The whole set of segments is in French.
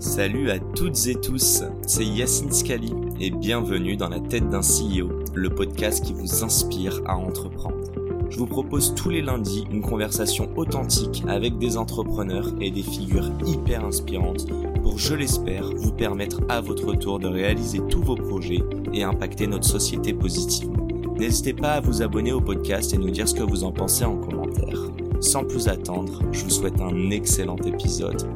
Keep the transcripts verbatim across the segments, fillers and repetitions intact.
Salut à toutes et tous, c'est Yacine Scali et bienvenue dans la tête d'un C E O, le podcast qui vous inspire à entreprendre. Je vous propose tous les lundis une conversation authentique avec des entrepreneurs et des figures hyper inspirantes pour, je l'espère, vous permettre à votre tour de réaliser tous vos projets et impacter notre société positivement. N'hésitez pas à vous abonner au podcast et nous dire ce que vous en pensez en commentaire. Sans plus attendre, je vous souhaite un excellent épisode.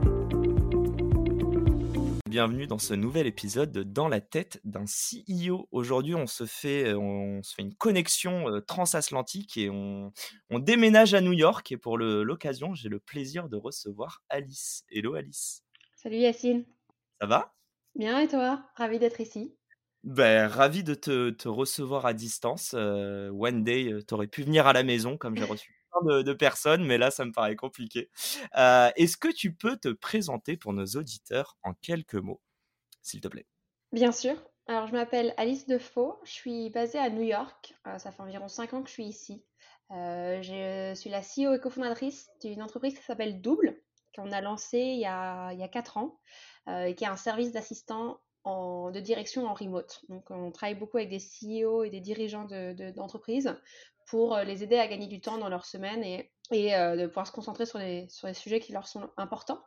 Bienvenue dans ce nouvel épisode de Dans la tête d'un C E O. Aujourd'hui, on se fait, on se fait une connexion euh, transatlantique et on, on déménage à New York. Et pour le- l'occasion, j'ai le plaisir de recevoir Alice. Hello Alice, Salut Yacine, ça va? bien et toi? Ravi d'être ici. Ben, ravi de te, te recevoir à distance. Euh, one day, tu aurais pu venir à la maison comme j'ai reçu plein de, de personnes, mais là, ça me paraît compliqué. Euh, est-ce que tu peux te présenter pour nos auditeurs en quelques mots, s'il te plaît? Bien sûr. Alors, je m'appelle Alice Defoe, je suis basée à New York. Euh, ça fait environ cinq ans que je suis ici. Euh, je suis la C E O et cofondatrice d'une entreprise qui s'appelle Double, qu'on a lancée il y a, il y a quatre ans, euh, et qui est un service d'assistant en, de direction en remote. Donc, on travaille beaucoup avec des C E O et des dirigeants de- de- d'entreprises pour euh, les aider à gagner du temps dans leur semaine et, et euh, de pouvoir se concentrer sur les, sur les sujets qui leur sont importants.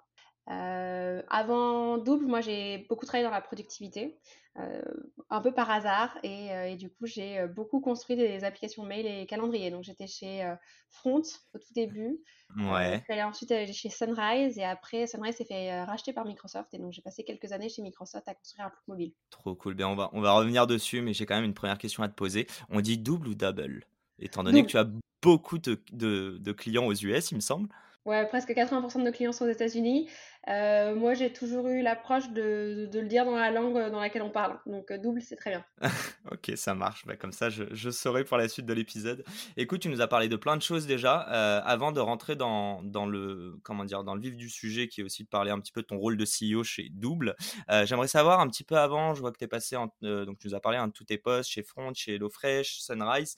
Euh, avant Double, moi j'ai beaucoup travaillé dans la productivité, euh, un peu par hasard, et, euh, et du coup j'ai euh, beaucoup construit des applications mail et calendrier. Donc j'étais chez euh, Front au tout début, euh, je Ouais. suis allée ensuite euh, chez Sunrise, et après Sunrise s'est fait euh, racheter par Microsoft, et donc j'ai passé quelques années chez Microsoft à construire un truc mobile. Trop cool. Ben, on va, on va revenir dessus, mais j'ai quand même une première question à te poser. On dit double ou double? Étant donné que Double. tu as beaucoup de, de- de clients aux U S, il me semble. Ouais, presque quatre-vingts pour cent de nos clients sont aux États-Unis. Euh, moi j'ai toujours eu l'approche de, de le dire dans la langue dans laquelle on parle. Donc euh, double, c'est très bien. Ok, ça marche. Ben, comme ça, je, je saurai pour la suite de l'épisode. Écoute, tu nous as parlé de plein de choses déjà. Euh, avant de rentrer dans, dans le, comment dire, dans le vif du sujet, qui est aussi de parler un petit peu de ton rôle de C E O chez Double, euh, j'aimerais savoir un petit peu avant, je vois que tu es passé, en- euh, donc tu nous as parlé hein, de tous tes postes chez Front, chez HelloFresh, Sunrise.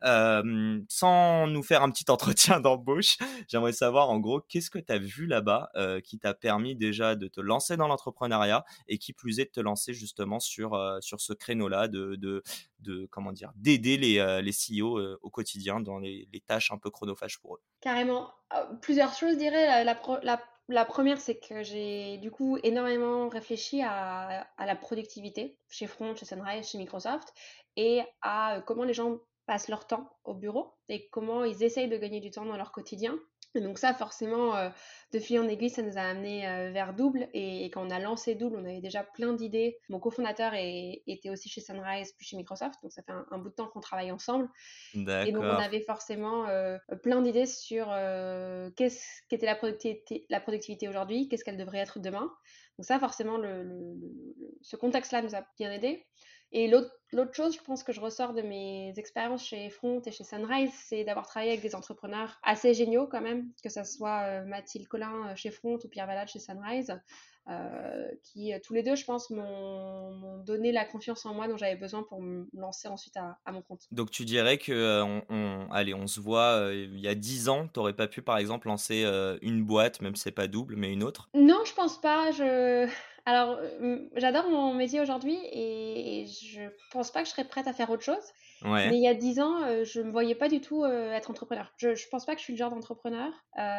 Euh, sans nous faire un petit entretien d'embauche, j'aimerais savoir en gros qu'est-ce que tu as vu là-bas euh, qui t'a permis déjà de te lancer dans l'entrepreneuriat et qui plus est de te lancer justement sur, euh, sur ce créneau-là de, de, de comment dire, d'aider les, euh, les C E O euh, au quotidien dans les, les tâches un peu chronophages pour eux. Carrément. Euh, plusieurs choses, je dirais. La, la pro- la- la première, c'est que j'ai du coup énormément réfléchi à, à la productivité chez Front, chez Sunrise, chez Microsoft, et à euh, comment les gens passent leur temps au bureau et comment ils essayent de gagner du temps dans leur quotidien. Et donc ça, forcément, euh, de fil en aiguille, ça nous a amené euh, vers Double. Et, et quand on a lancé Double, on avait déjà plein d'idées. Mon cofondateur est- était aussi chez Sunrise, puis chez Microsoft, donc ça fait un, un bout de temps qu'on travaille ensemble. Et donc, on D'accord. avait forcément euh, plein d'idées sur euh, qu'est-ce qu'était la productivité, la productivité aujourd'hui, qu'est-ce qu'elle devrait être demain. Donc ça, forcément, le, le- le- ce contexte-là nous a bien aidés. Et l'autre l'autre chose, je pense que je ressors de mes expériences chez Front et chez Sunrise, c'est d'avoir travaillé avec des entrepreneurs assez géniaux quand même, que ce soit euh, Mathilde Collin euh, chez Front ou Pierre Valade chez Sunrise, euh, qui euh, tous les deux, je pense, m'ont m'ont donné la confiance en moi dont j'avais besoin pour me lancer ensuite à, à mon compte. Donc tu dirais que euh, on, on- allez, on se voit euh, il y a dix ans, tu n'aurais pas pu par exemple lancer euh, une boîte, même si c'est pas double, mais une autre. Non, je pense pas. Je... Alors, euh, j'adore mon métier aujourd'hui et je pense pas que je serais prête à faire autre chose. Mais Ouais. il y a dix ans, euh, je me voyais pas du tout euh, être entrepreneur. Je, je pense pas que je suis le genre d'entrepreneur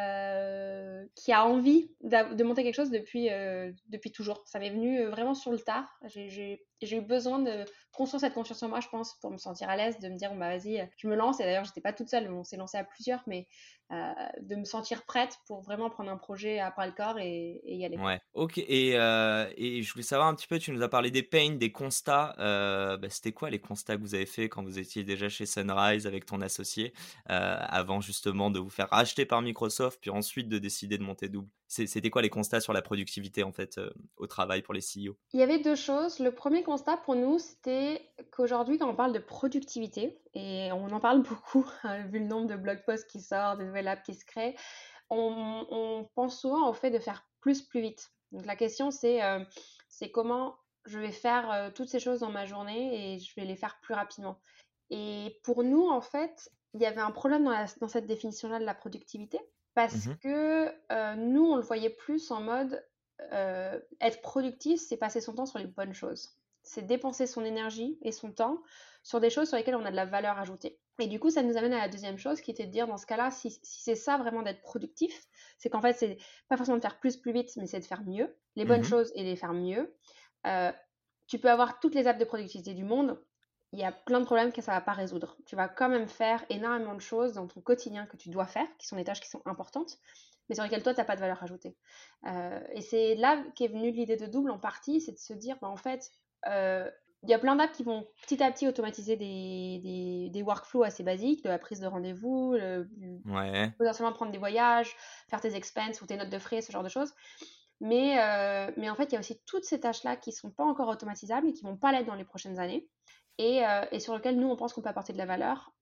euh, qui a envie d'a- de monter quelque chose depuis, euh, depuis toujours. Ça m'est venu euh, vraiment sur le tard. J'ai j'ai- j'ai eu besoin de construire cette confiance en moi, je pense, pour me sentir à l'aise, de me dire, bon, bah vas-y, euh, je me lance. Et d'ailleurs, j'étais pas toute seule, on s'est lancé à plusieurs, mais euh, de me sentir prête pour vraiment prendre un projet à bras le corps et, et y aller. Ouais, OK et heu et je voulais savoir un petit peu, tu nous as parlé des pains, des constats, heu, bah, c'était quoi les constats que vous avez faits quand vous étiez déjà chez Sunrise avec ton associé, heu, avant justement de vous faire racheter par Microsoft, puis ensuite de décider de monter Double? C'est c'était quoi les constats sur la productivité en fait, heu, au travail pour les C E O? Il y avait deux choses. Le premier constat pour nous, c'était qu'aujourd'hui, quand on parle de productivité, et on en parle beaucoup, hein, vu le nombre de blog posts qui sortent, de nouvelles apps qui se créent, on, on pense souvent au fait de faire plus plus vite. Donc la question, c'est euh, c'est comment je vais faire euh, toutes ces choses dans ma journée et je vais les faire plus rapidement. Et pour nous, en fait, il y avait un problème dans, la- dans cette définition-là de la productivité parce Mmh. que euh, nous, on le voyait plus en mode euh, être productif, c'est passer son temps sur les bonnes choses. C'est dépenser son énergie et son temps sur des choses sur lesquelles on a de la valeur ajoutée. Et du coup, ça nous amène à la deuxième chose qui était de dire dans ce cas-là, si, si c'est ça vraiment d'être productif, c'est qu'en fait, c'est pas forcément de faire plus, plus vite, mais c'est de faire mieux, les bonnes Mmh. choses et les faire mieux. Euh, Tu peux avoir toutes les apps de productivité du monde, il y a plein de problèmes que ça va pas résoudre. Tu vas quand même faire énormément de choses dans ton quotidien que tu dois faire, qui sont des tâches qui sont importantes, mais sur lesquelles toi, tu n'as pas de valeur ajoutée. Euh, et c'est là qu'est venue l'idée de Double en partie, c'est de se dire, bah, en fait, euh, il y a plein d'apps qui vont petit à petit automatiser des, des, des workflows assez basiques, de la prise de rendez-vous, le, Ouais. potentiellement prendre des voyages, faire tes expenses ou tes notes de frais, ce genre de choses. Mais, euh, mais en fait, il y a aussi toutes ces tâches-là qui ne sont pas encore automatisables et qui ne vont pas l'être dans les prochaines années. Et, euh, et sur lesquelles nous, on pense qu'on peut apporter de la valeur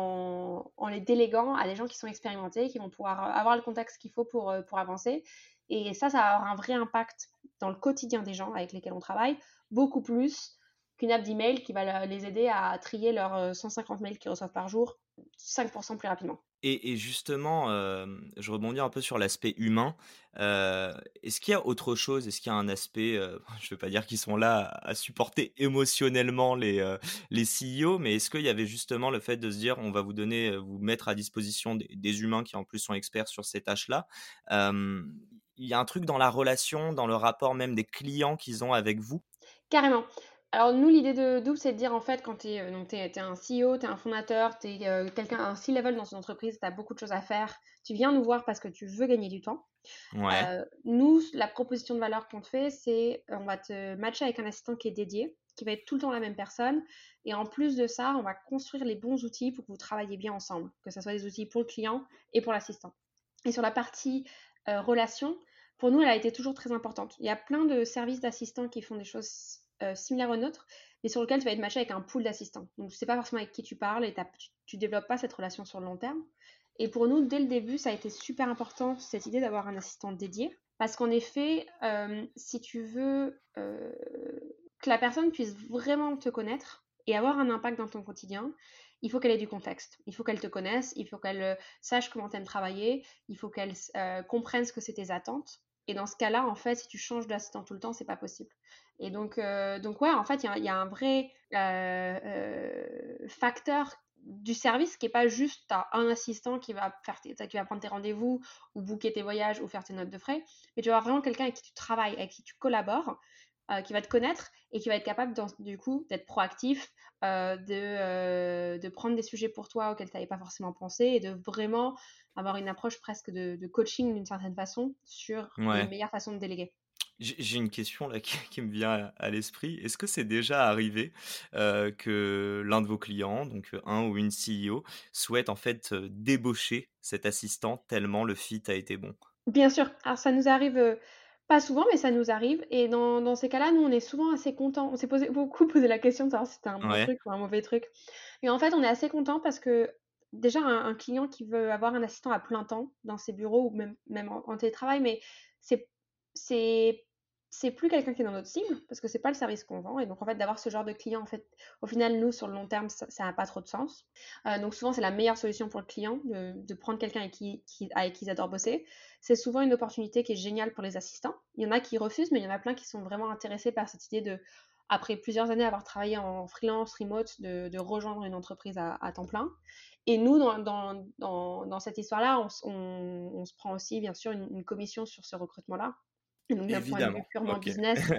en, en les déléguant à des gens qui sont expérimentés, qui vont pouvoir avoir le contexte qu'il faut pour, pour avancer. Et ça, ça va avoir un vrai impact dans le quotidien des gens avec lesquels on travaille, beaucoup plus qu'une app d'email qui va les aider à trier leurs cent cinquante mails qu'ils reçoivent par jour cinq pour cent plus rapidement. Et et justement, hem, je rebondis un peu sur l'aspect humain. Heu, est-ce qu'il y a autre chose? Est-ce qu'il y a un aspect, heu, je ne veux pas dire qu'ils sont là à à supporter émotionnellement les, heu, les C E O, mais est-ce qu'il y avait justement le fait de se dire: «On va vous donner, heu, vous mettre à disposition des des humains qui en plus sont experts sur ces tâches-là». Hem, il y a un truc dans la relation, dans le rapport même des clients qu'ils ont avec vous? Carrément. Alors nous, l'idée de Double, c'est de dire en fait, quand tu es, euh, t'es, t'es un C E O, tu es un fondateur, tu es euh, quelqu'un, un C-level dans une entreprise, tu as beaucoup de choses à faire, tu viens nous voir parce que tu veux gagner du temps. Ouais, Euh, nous, la proposition de valeur qu'on te fait, c'est euh, on va te matcher avec un assistant qui est dédié, qui va être tout le temps la même personne. Et en plus de ça, on va construire les bons outils pour que vous travaillez bien ensemble, que ce soit des outils pour le client et pour l'assistant. Et sur la partie euh, relation, pour nous, elle a été toujours très importante. Il y a plein de services d'assistants qui font des choses euh, similaires aux nôtres, mais sur lesquels tu vas être matché avec un pool d'assistants. Donc, tu ne sais pas forcément avec qui tu parles et tu ne développes pas cette relation sur le long terme. Et pour nous, dès le début, ça a été super important, cette idée d'avoir un assistant dédié. Parce qu'en effet, euh, si tu veux euh, que la personne puisse vraiment te connaître et avoir un impact dans ton quotidien, il faut qu'elle ait du contexte. Il faut qu'elle te connaisse, il faut qu'elle euh, sache comment tu aimes travailler, il faut qu'elle euh, comprenne ce que c'est tes attentes. Et dans ce cas-là, en fait, si tu changes d'assistant tout le temps, c'est pas possible. Et donc, euh, donc ouais, en fait, il y, y, a un vrai euh, euh, facteur du service qui n'est pas juste tu as un assistant qui va, faire tes, qui va prendre tes rendez-vous ou booker tes voyages ou faire tes notes de frais, mais tu vas avoir vraiment quelqu'un avec qui tu travailles, avec qui tu collabores, euh, qui va te connaître et qui va être capable dans, du coup d'être proactif, euh, de, euh, de prendre des sujets pour toi auxquels tu n'avais pas forcément pensé et de vraiment avoir une approche presque de, de coaching d'une certaine façon sur les ouais. meilleures façons de déléguer. J'ai j'ai une question là qui qui me vient à à l'esprit. Est-ce que c'est déjà arrivé, heu, que l'un de vos clients, donc heu, un ou une C E O, souhaite en fait, heu, débaucher cet assistant tellement le fit a été bon? Bien sûr, alors ça nous arrive, heu, pas souvent, mais ça nous arrive et dans dans ces cas-là, nous, on est souvent assez contents. On s'est posé beaucoup posé la question de savoir si c'était un bon Ouais, truc ou un mauvais truc et en fait, on est assez contents parce que déjà un un client qui veut avoir un assistant à plein temps dans ses bureaux ou même même en en télétravail, mais c'est c'est c'est plus quelqu'un qui est dans notre cible parce que c'est pas le service qu'on vend et donc en fait, d'avoir ce genre de client, en fait, au final, nous, sur le long terme, ça ça a pas trop de sens. Heu, donc souvent, c'est la meilleure solution pour le client de de prendre quelqu'un avec qui qui avec qui ils adorent bosser. C'est souvent une opportunité qui est géniale pour les assistants. Il y en a qui refusent, mais il y en a plein qui sont vraiment intéressés par cette idée de, après plusieurs années avoir travaillé en freelance, remote, de, de rejoindre une entreprise à, à, temps plein. Et nous, dans, dans, dans, dans cette histoire-là, on, on, on, se prend aussi, bien sûr, une, une commission sur ce recrutement-là. Et donc, d'un point de vue évidemment. purement OK. business,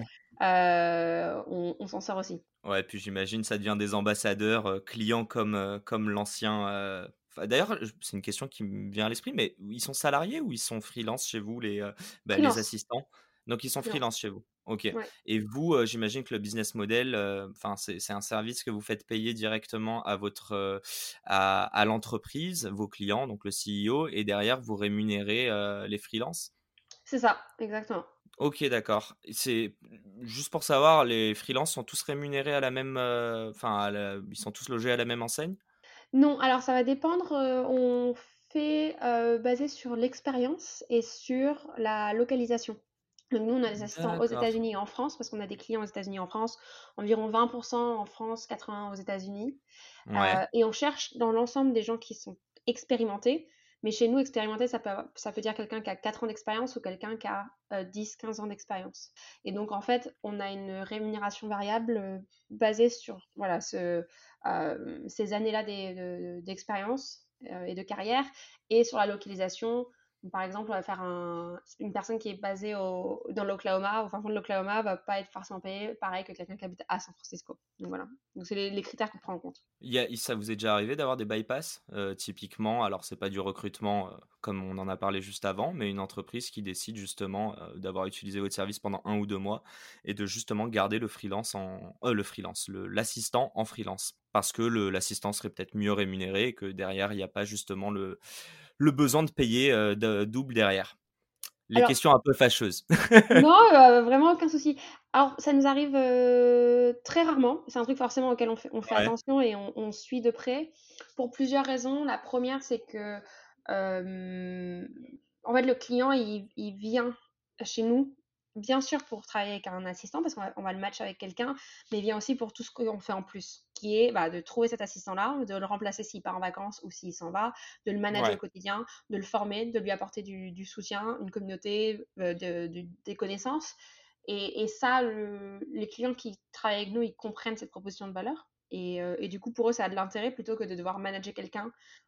euh, on, on s'en sort aussi. Ouais, puis j'imagine ça devient des ambassadeurs, heu, clients comme, heu, comme l'ancien, heu enfin d'ailleurs, je c'est une question qui me vient à l'esprit, mais ils sont salariés ou ils sont freelance chez vous les, heu, bah, les Freelance. assistants? Donc ils sont Freelance. freelance chez vous? OK. Ouais. Et vous, heu, j'imagine que le business model, heu, enfin c'est c'est un service que vous faites payer directement à votre, heu, à à l'entreprise, vos clients, donc le C E O et derrière vous rémunérez, heu, les freelances? C'est ça, exactement. OK, d'accord. Et c'est juste pour savoir, les freelances sont tous rémunérés à la même, heu, enfin, à la ils sont tous logés à la même enseigne? Non, alors ça va dépendre. euh, on fait euh, basé sur l'expérience et sur la localisation. Donc nous, on a des assistants aux D'accord. États-Unis et en France, parce qu'on a des clients aux États-Unis et en France, environ vingt pour cent en France, quatre-vingts aux États-Unis. Ouais. Euh, et on cherche dans l'ensemble des gens qui sont expérimentés, Mais chez nous, expérimenté, ça peut, ça peut dire quelqu'un qui a quatre ans d'expérience ou quelqu'un qui a euh, dix, quinze ans d'expérience. Et donc, en fait, on a une rémunération variable euh, basée sur voilà, ce, euh, ces années-là des- de- d'expérience euh, et de carrière et sur la localisation. Par exemple, on va faire un, une personne qui est basée au, dans l'Oklahoma, au fin fond de l'Oklahoma, va pas être forcément payée pareil que quelqu'un qui habite à San Francisco. Donc voilà. Donc c'est les, les critères qu'on prend en compte. Il y a- ça vous est déjà arrivé d'avoir des bypass, euh, typiquement, alors c'est pas du recrutement euh, comme on en a parlé juste avant, mais une entreprise qui décide justement euh, d'avoir utilisé votre service pendant un ou deux mois et de justement garder le freelance en euh, le freelance, le- l'assistant en freelance, parce que le- l'assistant serait peut-être mieux rémunéré et que derrière il n'y a pas justement le, le besoin de payer euh, de- double derrière. Les Alors, questions un peu fâcheuses. non, euh, vraiment aucun souci. Alors, ça nous arrive euh, très rarement. C'est un truc forcément auquel on fait, on fait Ouais, attention et on, on suit de près pour plusieurs raisons. La première, c'est que euh, en fait, le client, il, il vient chez nous, bien sûr pour travailler avec un assistant parce qu'on va, on va le match avec quelqu'un, mais il vient aussi pour tout ce qu'on fait en plus, qui est bah, de trouver cet assistant-là, de le remplacer s'il part en vacances ou s'il s'en va, de le manager au ouais, quotidien, de le former, de lui apporter du, du soutien, une communauté, euh, de, de- des connaissances. Et, et ça, le- les clients qui travaillent avec nous, ils comprennent cette proposition de valeur. Et, euh, et du coup, pour eux, ça a de l'intérêt plutôt que de devoir manager quelqu'un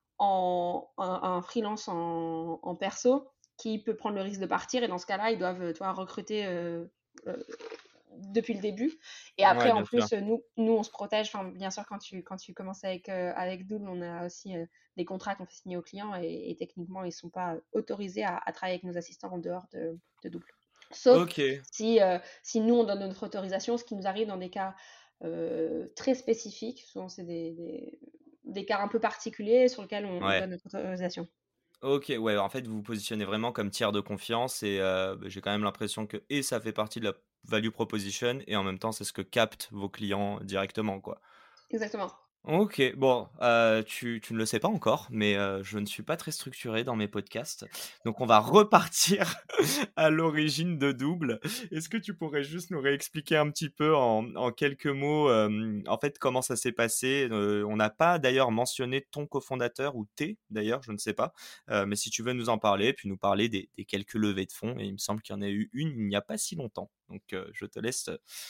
en, en, en freelance, en, en perso, qui peut prendre le risque de partir. Et dans ce cas-là, ils doivent toi, recruter euh, euh, depuis le début. Et ouais, après, en bien sûr. plus, nous, nous on se protège. Enfin, bien sûr, quand tu, quand tu commences avec, euh, avec Double, on a aussi euh, des contrats qu'on fait signer aux clients et, et techniquement, ils ne sont pas autorisés à, à travailler avec nos assistants en dehors de, de Double. Sauf Ok, si, euh, si nous, on donne notre autorisation, ce qui nous arrive dans des cas euh, très spécifiques. Souvent, c'est des, des, des cas un peu particuliers sur lesquels on, on ouais. donne notre autorisation. Ok, ouais, en fait, vous vous positionnez vraiment comme tiers de confiance et euh, bah, j'ai quand même l'impression que et ça fait partie de la value proposition et en même temps, c'est ce que captent vos clients directement, quoi. Exactement. Ok, bon, euh, tu, tu ne le sais pas encore, mais euh, je ne suis pas très structuré dans mes podcasts. Donc, on va repartir à l'origine de Double. Est-ce que tu pourrais juste nous réexpliquer un petit peu en, en quelques mots, euh, en fait, comment ça s'est passé? Euh, On n'a pas d'ailleurs mentionné ton cofondateur ou tes, d'ailleurs, je ne sais pas. Euh, mais si tu veux nous en parler, puis nous parler des, des quelques levées de fonds, et il me semble qu'il y en a eu une il n'y a pas si longtemps. Donc, euh, je te laisse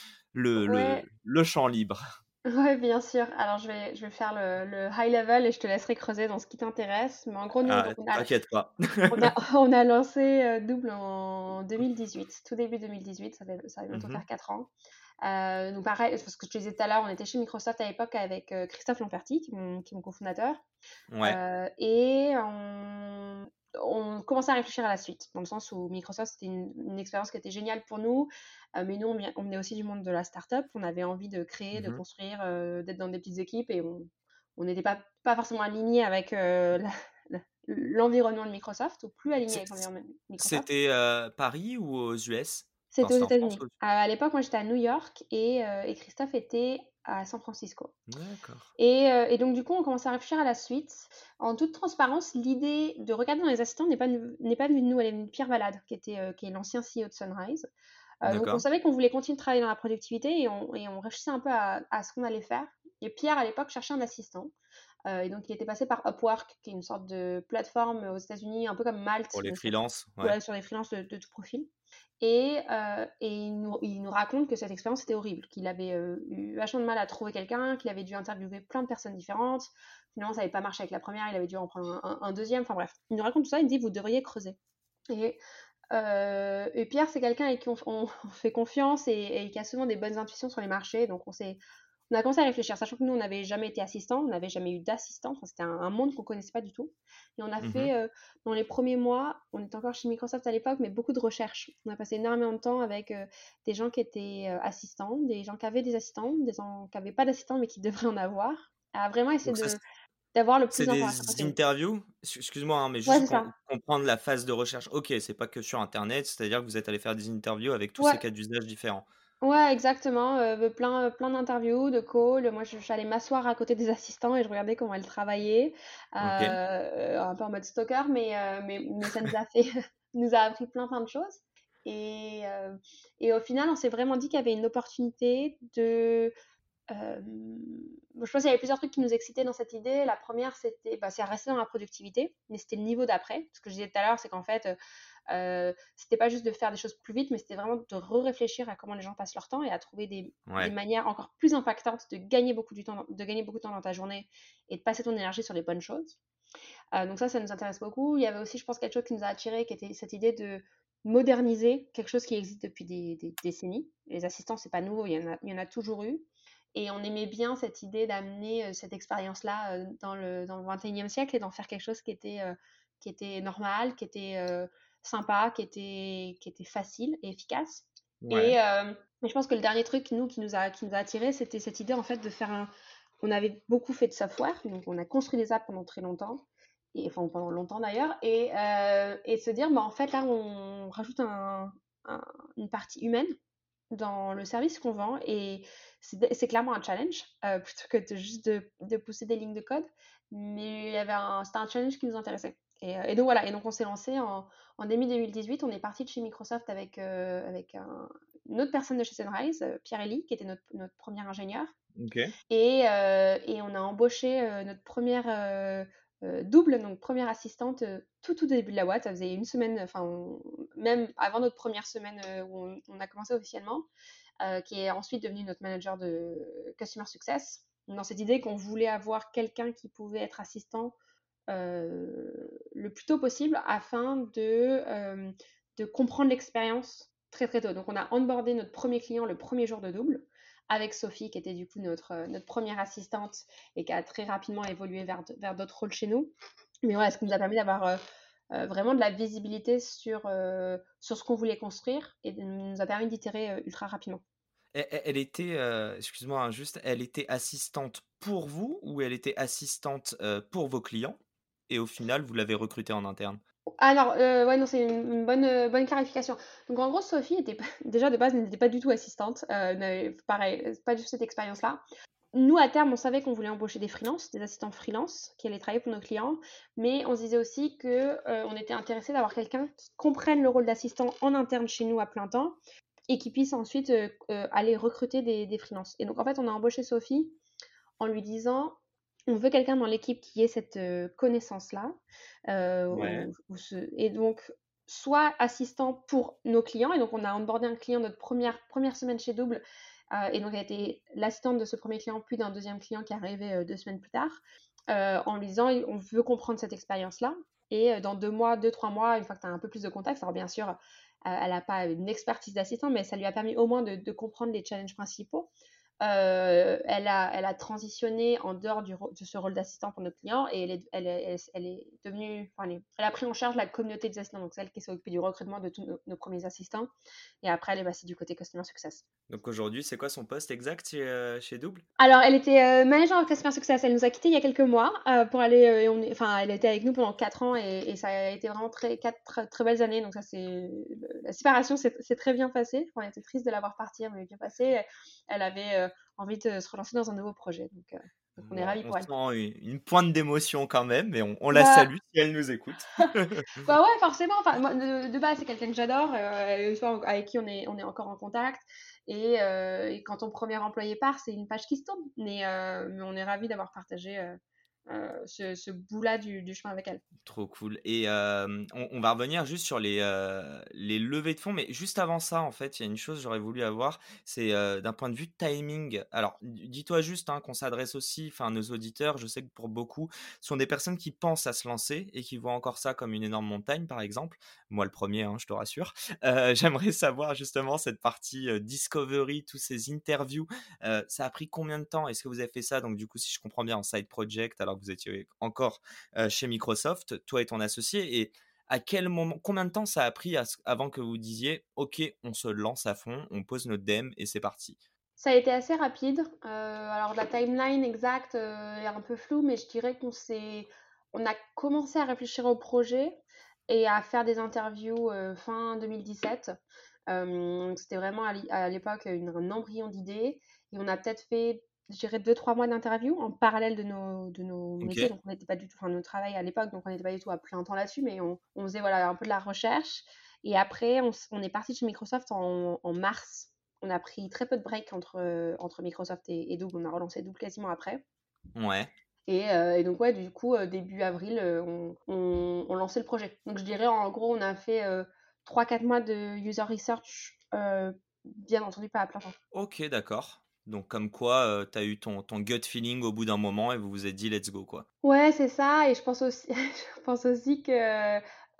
le, le, Ouais, le champ libre. ouais, bien sûr. Alors, je vais, je vais faire le, le high level et je te laisserai creuser dans ce qui t'intéresse. Mais en gros, nous, Ah, donc, on a, t'inquiète pas. on a, on a lancé euh, Double en deux mille dix-huit, tout début deux mille dix-huit, ça, fait, ça va bientôt faire Mhm. quatre ans. Euh, donc, pareil, parce que je te disais tout à l'heure, on était chez Microsoft à l'époque avec euh, Christophe Lamperti, qui est mon, qui est mon cofondateur. Ouais. Euh, et on, on commençait à réfléchir à la suite, dans le sens où Microsoft, c'était une, une expérience qui était géniale pour nous, euh, mais nous, on, vient- on venait aussi du monde de la startup, on avait envie de créer, de Mhm. construire, euh, d'être dans des petites équipes, et on on n'était pas, pas forcément aligné avec euh, la- la- l'environnement de Microsoft, ou plus aligné C'est- avec l'environnement de Microsoft. C'était euh, Paris ou aux U S? Enfin, C'était aux c'était en France États-Unis. ou... À, à l'époque, moi, j'étais à New York, et, euh, et Christophe était à San Francisco. D'accord. Et, euh, et donc, du coup, on commence à réfléchir à la suite. En toute transparence, l'idée de regarder dans les assistants n'est pas, n'est pas venue de nous, elle est venue de Pierre Valade, qui, était, euh, qui est l'ancien C E O de Sunrise. Euh, donc, on D'accord. savait qu'on voulait continuer de travailler dans la productivité et on, et on réfléchissait un peu à, à ce qu'on allait faire. Et Pierre, à l'époque, cherchait un assistant. Euh, et donc, il était passé par Upwork, qui est une sorte de plateforme aux États-Unis, un peu comme Malte, Pour les mais sur, freelances, ouais. ouais, sur des freelances de, de tout profil. Et, euh, et il, nous, il, nous, raconte que cette expérience était horrible, qu'il avait euh, eu vachement de mal à trouver quelqu'un, qu'il avait dû interviewer plein de personnes différentes. Finalement, ça n'avait pas marché avec la première, il avait dû en prendre un, un, un deuxième. Enfin bref, il nous raconte tout ça, il dit vous devriez creuser. Et, euh, et Pierre, c'est quelqu'un avec qui on, on, on fait confiance et, et qui a souvent des bonnes intuitions sur les marchés. Donc on s'est on a commencé à réfléchir, sachant que nous, on n'avait jamais été assistant, on n'avait jamais eu d'assistant, enfin, c'était un, un monde qu'on ne connaissait pas du tout. Et on a Mhm. fait, euh, dans les premiers mois, on était encore chez Microsoft à l'époque, mais beaucoup de recherches. On a passé énormément de temps avec euh, des gens qui étaient euh, assistants, des gens qui avaient des assistants, des gens qui n'avaient pas d'assistants, mais qui devraient en avoir, à vraiment essayer Donc ça, de, d'avoir le plus c'est d'informations des possible. interviews? Ex- Excuse-moi, hein, mais Ouais, juste c'est com- ça. comprendre la phase de recherche. Ok, c'est pas que sur Internet, c'est-à-dire que vous êtes allé faire des interviews avec tous ces Ouais, cas d'usage différents. ouais, exactement. Euh, plein, plein d'interviews, de calls. Moi, je, je suis allée m'asseoir à côté des assistants et je regardais comment elles travaillaient, Ok. euh, un peu en mode stalker, mais, euh, mais, mais ça nous a fait, nous a appris plein, plein de choses. Et, euh, et au final, on s'est vraiment dit qu'il y avait une opportunité de Euh, bon, je pense qu'il y avait plusieurs trucs qui nous excitaient dans cette idée. La première, c'était, bah, c'est rester dans la productivité, mais c'était le niveau d'après. Ce que je disais tout à l'heure, c'est qu'en fait, euh, euh, c'était pas juste de faire des choses plus vite, mais c'était vraiment de re-réfléchir à comment les gens passent leur temps et à trouver des, des Ouais, manières encore plus impactantes de gagner beaucoup du temps, de gagner beaucoup de temps dans ta journée et de passer ton énergie sur les bonnes choses. Euh, donc ça, ça nous intéresse beaucoup. Il y avait aussi, je pense, quelque chose qui nous a attiré, qui était cette idée de moderniser quelque chose qui existe depuis des, des décennies. Les assistants, c'est pas nouveau, il y en a, il y en a toujours eu. Et on aimait bien cette idée d'amener euh, cette expérience-là euh, dans le, dans le vingt et unième siècle et d'en faire quelque chose qui était, euh, qui était normal, qui était euh, sympa, qui était, qui était facile et efficace. ouais, Et, euh, et je pense que le dernier truc, nous, qui nous a, qui nous a attiré, c'était cette idée en fait de faire un. On avait beaucoup fait de software, donc on a construit des apps pendant très longtemps, et, enfin pendant longtemps d'ailleurs, et, euh, et se dire, bah, en fait là, on rajoute un, un, une partie humaine dans le service qu'on vend et c'est c'est clairement un challenge euh, plutôt que de juste de, de pousser des lignes de code. Mais il y avait un, c'était un challenge qui nous intéressait. Et, euh, et donc voilà, et donc on s'est lancé en, en début deux mille dix-huit. On est parti de chez Microsoft avec, euh, avec un- une autre personne de chez Sunrise, euh, Pierre Elie, qui était notre, notre premier ingénieur. ok. Et, euh, et on a embauché euh, notre première euh, euh, double, donc première assistante, euh, tout tout au début de la boîte. Ça faisait une semaine, enfin on- même avant notre première semaine euh, où on, on a commencé officiellement, euh, qui est ensuite devenue notre manager de Customer Success. Dans cette idée qu'on voulait avoir quelqu'un qui pouvait être assistant euh, le plus tôt possible afin de, euh, de comprendre l'expérience très très tôt. Donc on a onboardé notre premier client le premier jour de double avec Sophie qui était du coup notre, euh, notre première assistante et qui a très rapidement évolué vers, vers d'autres rôles chez nous. Mais voilà, ce qui nous a permis d'avoir euh, euh, vraiment de la visibilité sur, euh, sur ce qu'on voulait construire et nous a permis d'itérer euh, ultra rapidement. Elle, elle- elle était, euh, excuse-moi, hein, juste, elle était assistante pour vous ou elle était assistante euh, pour vos clients et au final, vous l'avez recrutée en interne? Alors, euh, ouais, non, c'est une, une bonne, euh, bonne clarification. Donc, en gros, Sophie était pas- déjà de base n'était pas du tout assistante. Euh, n'avait- pareil, pas du tout cette expérience-là. Nous, à terme, on savait qu'on voulait embaucher des freelances, des assistants freelance qui allaient travailler pour nos clients, mais on se disait aussi que euh, on était intéressé d'avoir quelqu'un qui comprenne le rôle d'assistant en interne chez nous à plein temps et qui puisse ensuite euh, euh, aller recruter des, des freelances. Et donc, en fait, on a embauché Sophie en lui disant on veut quelqu'un dans l'équipe qui ait cette euh, connaissance-là. Euh, Ouais. ou- ou ce- et donc, soit assistant pour nos clients. Et donc, on a onboardé un client notre première, première semaine chez Double. Euh, et donc, elle a été l'assistante de ce premier client, puis d'un deuxième client qui est arrivé euh, deux semaines plus tard, euh, en lui disant on veut comprendre cette expérience-là. Et euh, dans deux mois, deux, trois mois, une fois que tu as un peu plus de contacts, alors bien sûr, euh, elle n'a pas une expertise d'assistant, mais ça lui a permis au moins de, de comprendre les challenges principaux. Euh, elle, a, elle a transitionné en dehors du, de ce rôle d'assistant pour notre client et elle est, elle est, elle est, elle est devenue, enfin, elle, est, elle, a pris en charge la communauté des assistants, donc celle qui s'est occupée du recrutement de tous nos, nos, premiers assistants. Et après, elle est passée du côté Customer Success. Donc aujourd'hui, c'est quoi son poste exact chez, euh, chez Double? Alors, elle était euh, manager of Customer Success. Elle nous a quittés il y a quelques mois euh, pour aller. Euh, on est, enfin, elle était avec nous pendant quatre ans et, et ça a été vraiment très, quatre très, très belles années. Donc, ça, c'est. La séparation s'est très bien passée. On était triste de la voir partir, mais bien passé. Elle avait euh, envie de se relancer dans un nouveau projet. Donc, euh, donc on est Bon, ravis on pour elle. sent une, une pointe d'émotion quand même, mais on, on la Bah, salue si elle nous écoute. bah ouais, forcément. Enfin, moi, de, de base, c'est quelqu'un que j'adore, euh, avec qui on est, on est encore en contact. Et, euh, et quand ton premier employé part, c'est une page qui se tourne. Mais, euh, mais on est ravis d'avoir partagé euh, euh, ce, ce bout-là du, du chemin avec elle. Trop cool. Et euh, on, on va revenir juste sur les, euh, les levées de fonds, mais juste avant ça, en fait, il y a une chose que j'aurais voulu avoir, c'est euh, d'un point de vue timing. Alors, d- dis-toi juste hein, qu'on s'adresse aussi, enfin, nos auditeurs, je sais que pour beaucoup, sont des personnes qui pensent à se lancer et qui voient encore ça comme une énorme montagne, par exemple. Moi, le premier, hein, je te rassure. Euh, j'aimerais savoir justement cette partie euh, discovery, tous ces interviews. Euh, ça a pris combien de temps? Est-ce que vous avez fait ça? Donc, du coup, si je comprends bien, en side project, alors que vous étiez encore euh, chez Microsoft, toi et ton associé, et à quel moment, combien de temps ça a pris à ce- avant que vous disiez, ok, on se lance à fond, on pose notre D M et c'est parti. Ça a été assez rapide. Euh, alors, la timeline exacte euh, est un peu floue, mais je dirais qu'on s'est, on a commencé à réfléchir au projet et à faire des interviews euh, fin deux mille dix-sept. Euh, donc c'était vraiment à l'é- à l'époque une- un embryon d'idées et on a peut-être fait, je dirais, deux, trois mois d'interviews en parallèle de nos, de nos Ok. métiers. Donc, on n'était pas du tout, enfin, notre travail à l'époque, donc on n'était pas du tout à plein temps là-dessus, mais on, on faisait voilà, un peu de la recherche. Et après, on, s- on est parti de chez Microsoft en, en mars. on a pris très peu de break entre, euh, entre Microsoft et, et Double. On a relancé Double quasiment après. Ouais. Et, euh, et donc, ouais, du coup, euh, début avril, euh, on, on, on lançait le projet. Donc, je dirais, en gros, on a fait euh, trois quatre mois de user research, euh, bien entendu, pas à plein temps. Ok, d'accord. Donc comme quoi, euh, t'as eu ton, ton gut feeling au bout d'un moment et vous vous êtes dit let's go quoi. Ouais, c'est ça. Et je pense aussi, je pense aussi que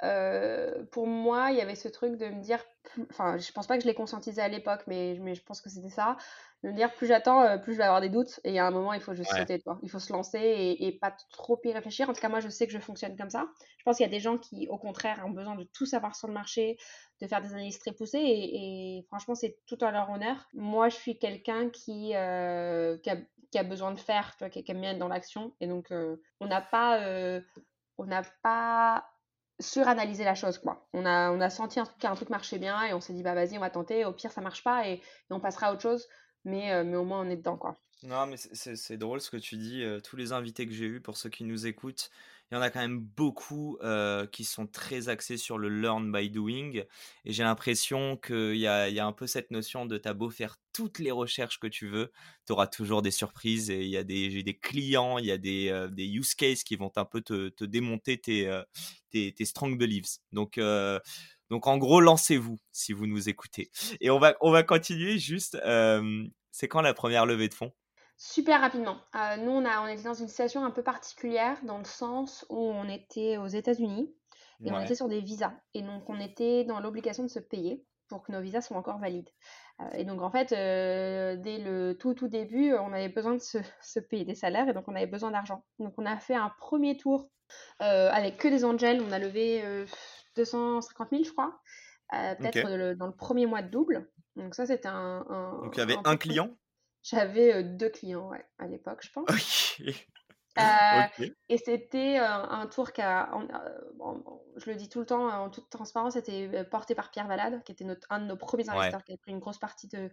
euh, pour moi, il y avait ce truc de me dire, plus- enfin, je pense pas que je l'ai conscientisé à l'époque, mais, mais je pense que c'était ça, de me dire plus j'attends, euh, plus je vais avoir des doutes. Et il y a un moment, il faut juste Ouais. sauter, quoi. Il faut se lancer et, et pas trop y réfléchir. En tout cas, moi, je sais que je fonctionne comme ça. Je pense qu'il y a des gens qui, au contraire, ont besoin de tout savoir sur le marché, de faire des analyses très poussées. Et, et franchement, c'est tout à leur honneur. Moi, je suis quelqu'un qui, euh, qui a, qui a besoin de faire, tu vois, qui, qui aime bien être dans l'action. Et donc, euh, on n'a pas, euh, on n'a pas suranalysé la chose, quoi. On a, on a senti un truc, qu'un truc marchait bien et on s'est dit, bah vas-y, on va tenter. Au pire, ça marche pas et, et on passera à autre chose. Mais, euh, mais au moins, on est dedans, quoi. Non, mais c'est c'est- c'est drôle ce que tu dis. euh, tous les invités que j'ai eus, pour ceux qui nous écoutent, il y en a quand même beaucoup euh, qui sont très axés sur le learn by doing. Et j'ai l'impression qu'il y a, il y a un peu cette notion de t'as beau faire toutes les recherches que tu veux, tu auras toujours des surprises. Et il y a des, j'ai des clients, il y a des, euh, des use cases qui vont un peu te, te démonter tes, euh, tes, tes strong beliefs. Donc, euh, donc en gros, lancez-vous si vous nous écoutez. Et on va, on va continuer juste. euh, c'est quand la première levée de fonds? Super rapidement. Euh, nous, on a, on était dans une situation un peu particulière dans le sens où on était aux États-Unis et on était Ouais. sur des visas. Et donc, on était dans l'obligation de se payer pour que nos visas soient encore valides. Euh, et donc, en fait, euh, dès le tout, tout début, on avait besoin de se, se payer des salaires et donc on avait besoin d'argent. Donc, on a fait un premier tour euh, avec que des angels. On a levé euh, deux cent cinquante mille, je crois, euh, Ok. peut-être le- dans le premier mois de double. Donc, ça, c'était un, Donc il y un, avait un un tour. client? J'avais euh, deux clients, ouais, à l'époque, je pense. Ok. Euh, Ok. et c'était euh, un tour qui a, en- euh, bon, bon, je le dis tout le temps, en toute transparence, c'était euh, porté par Pierre Valade, qui était notre, un de nos premiers Ouais. investisseurs, qui avait pris une grosse partie de,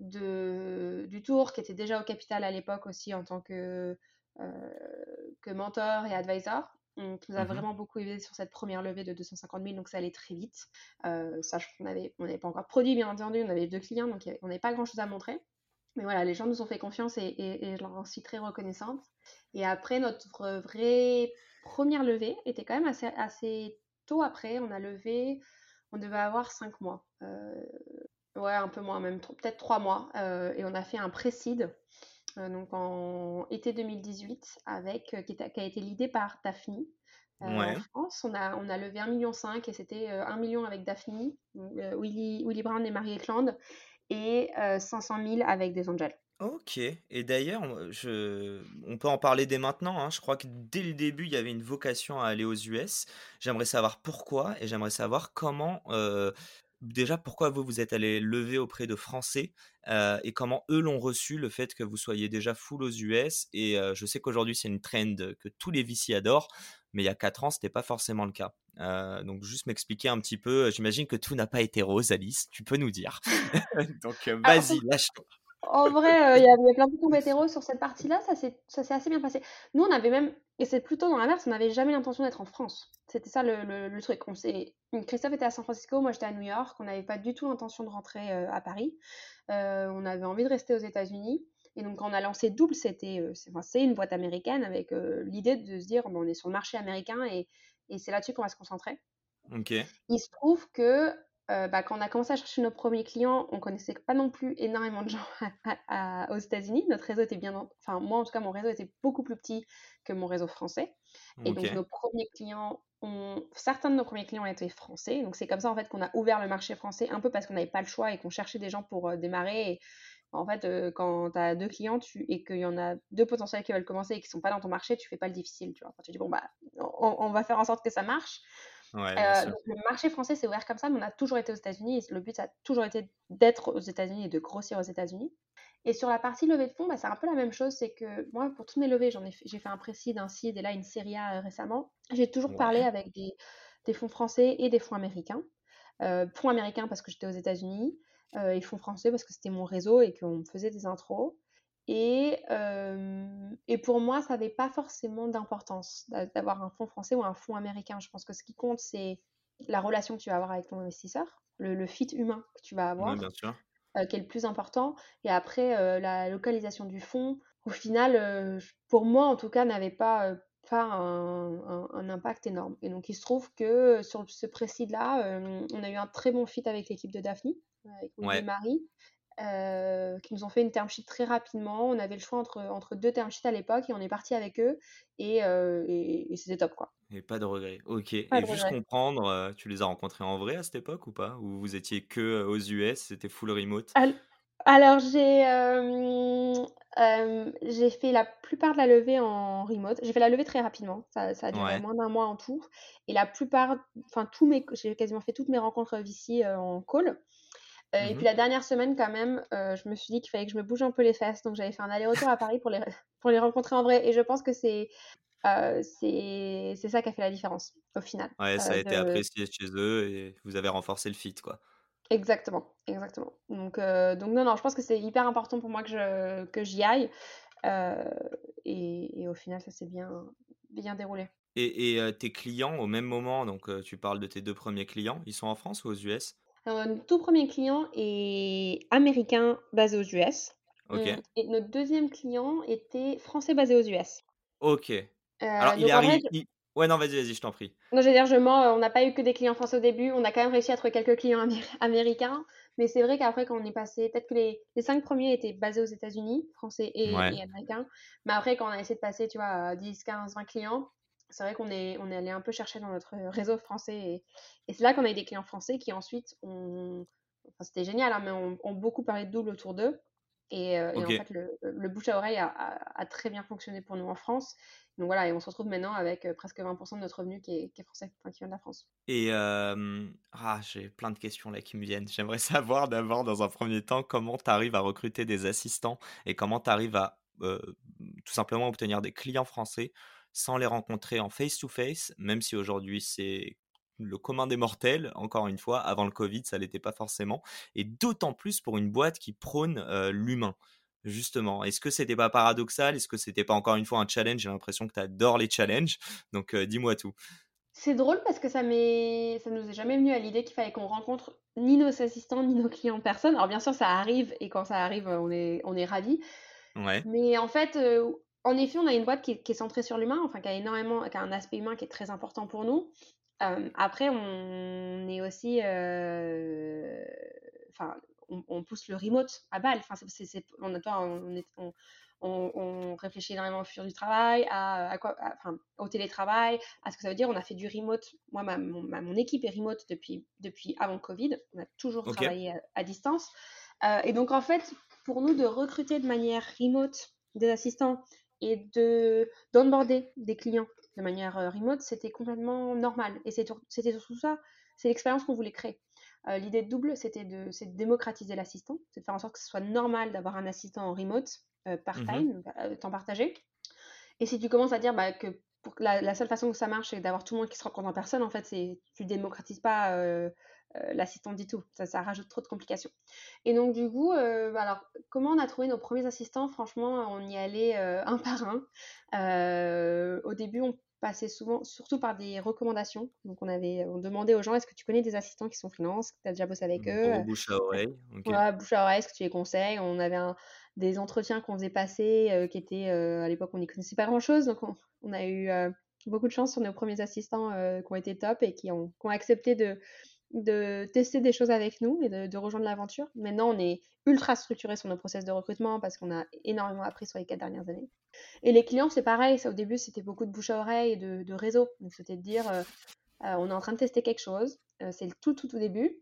de- du tour, qui était déjà au capital à l'époque aussi en tant que, euh, que mentor et advisor. Donc, il nous a Mhm. vraiment beaucoup aidé sur cette première levée de deux cent cinquante mille, donc ça allait très vite. Euh, sachant qu'on avait, on n'avait pas encore produit, bien entendu, on avait deux clients, donc il y avait- on n'avait pas grand-chose à montrer. Mais voilà, les gens nous ont fait confiance et, et- et je leur en suis très reconnaissante. Et après, notre vraie première levée était quand même assez, assez tôt après. On a levé, on devait avoir cinq mois. Euh, ouais, un peu moins, même tro- peut-être trois mois. Euh, et on a fait un pré-seed, euh, donc en été deux mille dix-huit, avec, euh, qui, était- qui a été leadé par Daphne. Euh, en Ouais. France, on a, on a levé un virgule cinq million et c'était euh, un million avec Daphne, euh, Willy, Willy Brown et Marie Eklund, et euh, cinq cent mille avec des angels. Ok. Et d'ailleurs, on- je... on peut en parler dès maintenant, hein. Je crois que dès le début, il y avait une vocation à aller aux U S. J'aimerais savoir pourquoi et j'aimerais savoir comment. euh, Déjà, pourquoi vous vous êtes allé lever auprès de Français euh, et comment eux l'ont reçu, le fait que vous soyez déjà full aux U S. Et euh, je sais qu'aujourd'hui, c'est une trend que tous les V C adorent, mais il y a quatre ans, c'était pas forcément le cas. Euh, donc, juste m'expliquer un petit peu. J'imagine que tout n'a pas été rose, Alice. Tu peux nous dire. Donc, euh, Alors, c'est vas-y, lâche-toi. En vrai, euh, il y avait plein de tombes hétéros sur cette partie-là, ça s'est ça s'est assez bien passé. Nous, on avait même, et c'est plutôt dans l'inverse, on n'avait jamais l'intention d'être en France. C'était ça le, le- le truc. On s'est, Christophe était à San Francisco, moi j'étais à New York, on n'avait pas du tout l'intention de rentrer euh, à Paris. Euh, on avait envie de rester aux États-Unis. Et donc, quand on a lancé Double, c'était, euh, c'est, enfin, c'est une boîte américaine avec euh, l'idée de se dire, bon, on est sur le marché américain et, et c'est là-dessus qu'on va se concentrer. Ok. Il se trouve que euh, bah, quand on a commencé à chercher nos premiers clients, on connaissait pas non plus énormément de gens à- à- aux États-Unis. Notre réseau était bien, en- enfin moi en tout cas, mon réseau était beaucoup plus petit que mon réseau français. Et Ok. donc nos premiers clients ont, certains de nos premiers clients étaient français. Donc c'est comme ça en fait qu'on a ouvert le marché français un peu parce qu'on n'avait pas le choix et qu'on cherchait des gens pour euh, démarrer. Et en fait, euh, quand tu as deux clients tu, et qu'il y en a deux potentiels qui veulent commencer et qui sont pas dans ton marché, tu fais pas le difficile, tu vois. Enfin, tu dis bon bah on, on va faire en sorte que ça marche. Ouais, bien Euh, sûr. donc le marché français s'est ouvert comme ça, mais on a toujours été aux États-Unis et le but ça a toujours été d'être aux États-Unis et de grossir aux États-Unis. Et sur la partie levée de fonds, bah, c'est un peu la même chose, c'est que moi pour toutes mes levées, j'en ai fait, j'ai fait un pré-seed, un seed et là une série A euh, récemment. J'ai toujours parlé Ouais. avec des, des fonds français et des fonds américains. Euh, fonds américains parce que j'étais aux États-Unis euh, et fonds français parce que c'était mon réseau et qu'on me faisait des intros. Et, euh, et pour moi, ça n'avait pas forcément d'importance d'a- d'avoir un fonds français ou un fonds américain. Je pense que ce qui compte, c'est la relation que tu vas avoir avec ton investisseur, le, le fit humain que tu vas Ouais, bien avoir. sûr. euh, qui est le plus important. Et après, euh, la localisation du fonds, au final, euh, pour moi en tout cas, n'avait pas, euh, pas un, un- un impact énorme. Et donc, il se trouve que sur ce précis-là, euh, on a eu un très bon fit avec l'équipe de Daphne, avec Willy et Ouais. Marie, euh, qui nous ont fait une term sheet très rapidement. On avait le choix entre, entre deux term sheets à l'époque et on est parti avec eux. Et, euh, et, et c'était top, quoi. Et pas de regret. Ok. Pas Et de juste regret. comprendre, euh, tu les as rencontrés en vrai à cette époque ou pas? Ou vous étiez que euh, aux U S, c'était full remote? Al- Alors, j'ai euh, euh, j'ai fait la plupart de la levée en remote. J'ai fait la levée très rapidement. Ça, ça a duré Ouais. moins d'un mois en tout. Et la plupart, enfin, tous mes, j'ai quasiment fait toutes mes rencontres V C euh, en call. Euh, et puis Mhm. la dernière semaine, quand même, euh, je me suis dit qu'il fallait que je me bouge un peu les fesses. Donc, j'avais fait un aller-retour à Paris pour les, pour les rencontrer en vrai. Et je pense que c'est euh, c'est c'est ça qui a fait la différence, au final. Ouais, ça Euh, a été de, apprécié chez eux et vous avez renforcé le fit, quoi. Exactement, exactement. Donc, euh, donc non, non, je pense que c'est hyper important pour moi que je, que j'y aille. Euh, et, et au final, ça s'est bien, bien déroulé. Et, et euh, tes clients, au même moment, donc euh, tu parles de tes deux premiers clients, ils sont en France ou aux U S? Alors, notre tout premier client est américain basé aux U S. Ok. Hum, Et notre deuxième client était français basé aux U S. Ok. Alors, Euh, il donc en vrai, arrive. il- Ouais, non, vas-y, vas-y, je t'en prie. non, je veux dire, je mens, euh, on n'a pas eu que des clients français au début, on a quand même réussi à trouver quelques clients amé- américains, mais c'est vrai qu'après, quand on est passé, peut-être que les, les cinq premiers étaient basés aux États-Unis, français et, Ouais. et américains, mais après, quand on a essayé de passer, tu vois, à dix, quinze, vingt clients, c'est vrai qu'on est, on est allé un peu chercher dans notre réseau français, et, et c'est là qu'on a eu des clients français qui ensuite ont, enfin, c'était génial, hein, mais ont, ont beaucoup parlé de double autour d'eux, et, euh, et Ok. en fait, le, le bouche à oreille a, a- a très bien fonctionné pour nous en France. Donc voilà, et on se retrouve maintenant avec euh, presque vingt pour cent de notre revenu qui est, qui est français, enfin qui vient de la France. Et euh, ah, j'ai plein de questions là qui me viennent. J'aimerais savoir d'abord, dans un premier temps, comment tu arrives à recruter des assistants et comment tu arrives à euh, tout simplement obtenir des clients français sans les rencontrer en face-to-face, même si aujourd'hui c'est le commun des mortels, encore une fois, avant le Covid, ça l'était pas forcément, et d'autant plus pour une boîte qui prône euh, l'humain. Justement, est-ce que c'était pas paradoxal? Est-ce que c'était pas encore une fois un challenge? J'ai l'impression que tu adores les challenges, donc euh, dis-moi tout. C'est drôle parce que ça m'est, ça nous est jamais venu à l'idée qu'il fallait qu'on rencontre ni nos assistants ni nos clients en personne. Alors bien sûr, ça arrive et quand ça arrive, on est, on est ravis. Ouais. Mais en fait, euh, en effet, on a une boîte qui est, qui est centrée sur l'humain, enfin qui a énormément, qui a un aspect humain qui est très important pour nous. Euh, après, on est aussi, euh, enfin, on, on pousse le remote à balle. Enfin, c'est, c'est, c'est- on, attend, on, est- on, on- on réfléchit énormément au futur du travail, à, à quoi, à- enfin, au télétravail, à ce que ça veut dire. On a fait du remote. Moi, ma, mon, ma- mon équipe est remote depuis, depuis avant le Covid. On a toujours Ok. travaillé à, à distance. Euh, et donc, en fait, pour nous, de recruter de manière remote des assistants et de d'onboarder des clients de manière euh, remote, c'était complètement normal. Et c'est c'était surtout ça, c'est l'expérience qu'on voulait créer. Euh, L'idée de double, c'était de, c'est de démocratiser l'assistant, c'est de faire en sorte que ce soit normal d'avoir un assistant en remote, euh, Mhm. part-time, euh, temps partagé. Et si tu commences à dire bah, que pour que la, la seule façon que ça marche, c'est d'avoir tout le monde qui se rencontre en personne, en fait, c'est tu démocratises pas euh, euh, l'assistant du tout. Ça, ça rajoute trop de complications. Et donc, du coup, euh, alors, comment on a trouvé nos premiers assistants? Franchement, on y allait euh, un par un. Euh, au début, on passait souvent, surtout par des recommandations. Donc, on avait, on demandait aux gens, est-ce que tu connais des assistants qui sont freelance, que tu as déjà bossé avec eux? Gros bouche à oreille. Ok. Voilà, bouche à oreille, est-ce que tu les conseilles? On avait un- des entretiens qu'on faisait passer, euh, qui étaient, euh, à l'époque, on n'y connaissait pas grand-chose. Donc, on, on a eu euh, beaucoup de chance sur nos premiers assistants euh, qui ont été top et qui ont, qui ont accepté de, de tester des choses avec nous et de, de rejoindre l'aventure. Maintenant, on est ultra structuré sur nos process de recrutement parce qu'on a énormément appris sur les quatre dernières années. Et les clients, c'est pareil. Ça, au début, c'était beaucoup de bouche à oreille et de, de réseau. Donc, c'était de dire, euh, euh, on est en train de tester quelque chose. Euh, c'est le tout, tout, tout début.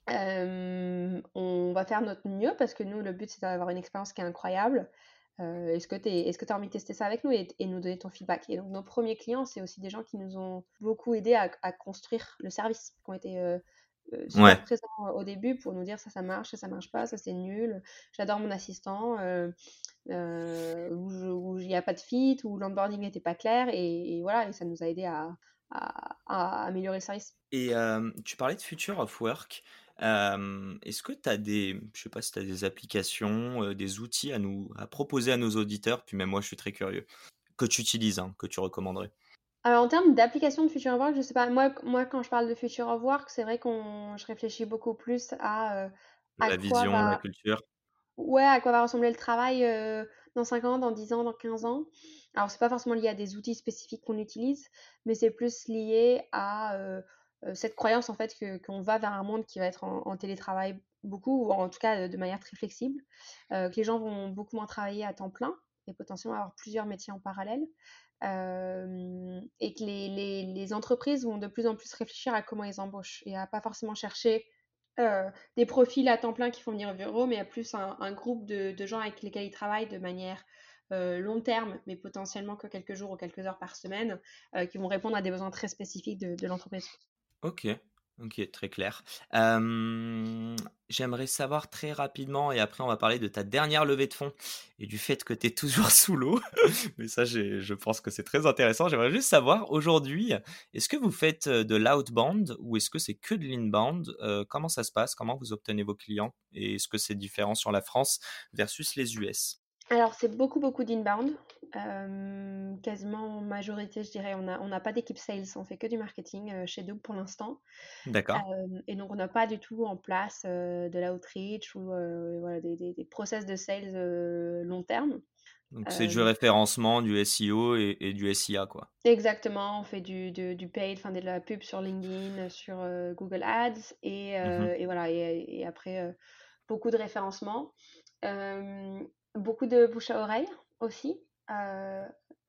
Euh, on va faire notre mieux parce que nous, le but, c'est d'avoir une expérience qui est incroyable. Euh, est-ce que tu est-ce que tu as envie de tester ça avec nous et, et nous donner ton feedback? Et donc, nos premiers clients, c'est aussi des gens qui nous ont beaucoup aidés à, à construire le service, qui ont été euh, euh, super Ouais. présents au début pour nous dire ça, ça marche, ça, ça marche pas, ça, c'est nul, j'adore mon assistant, euh, euh, où je- où il n'y a pas de fit, où l'onboarding n'était pas clair, et, et voilà, et ça nous a aidé à, à- à améliorer le service. Et euh, tu parlais de Future of Work. Euh, est-ce que tu as des, je sais pas si tu as des applications, euh, des outils à nous, à proposer à nos auditeurs, puis même moi je suis très curieux, que tu utilises, hein, que tu recommanderais? Alors, en termes d'application de Future of Work, je sais pas, moi, moi quand je parle de Future of Work, c'est vrai qu'on je réfléchis beaucoup plus à euh, à La quoi vision, la va culture. Ouais, à quoi va ressembler le travail, heu, dans cinq ans, dans dix ans, dans quinze ans. Alors c'est pas forcément lié à des outils spécifiques qu'on utilise, mais c'est plus lié à, heu heu, cette croyance en fait que qu'on va vers un monde qui va être en en télétravail beaucoup ou en tout cas, heu, de manière très flexible, heu, que les gens vont beaucoup moins travailler à temps plein et potentiellement avoir plusieurs métiers en parallèle, hem et que les les les entreprises vont de plus en plus réfléchir à comment ils embauchent et à pas forcément chercher, heu des profils à temps plein qui font venir au bureau, mais il y a plus un, un groupe de, de gens avec lesquels ils travaillent de manière euh, long terme, mais potentiellement que quelques jours ou quelques heures par semaine, euh, qui vont répondre à des besoins très spécifiques de, de l'entreprise. OK, OK, très clair. Hem, j'aimerais savoir très rapidement et après on va parler de ta dernière levée de fonds et du fait que tu es toujours sous l'eau. Mais ça, j'ai je pense que c'est très intéressant. J'aimerais juste savoir aujourd'hui, est-ce que vous faites, heu, de l'outbound ou est-ce que c'est que de l'inbound? Heu, comment ça se passe? Comment vous obtenez vos clients? Et est-ce que c'est différent sur la France versus les U S? Alors, c'est beaucoup, beaucoup d'inbound. Euh, quasiment en majorité, je dirais, on n'a on n'a pas d'équipe sales, on fait que du marketing euh, chez Double pour l'instant. D'accord. Euh, et donc, on n'a pas du tout en place euh, de l'outreach ou euh, voilà, des, des- des process de sales euh, long terme. Donc c'est du Euh, référencement, du S E O et et du S I A, quoi. Exactement, on fait du, du, du paid, enfin de la pub sur LinkedIn, sur euh, Google Ads et, Mmh. euh, et voilà, et, et après euh, beaucoup de référencement, euh, beaucoup de bouche à oreille aussi. euh,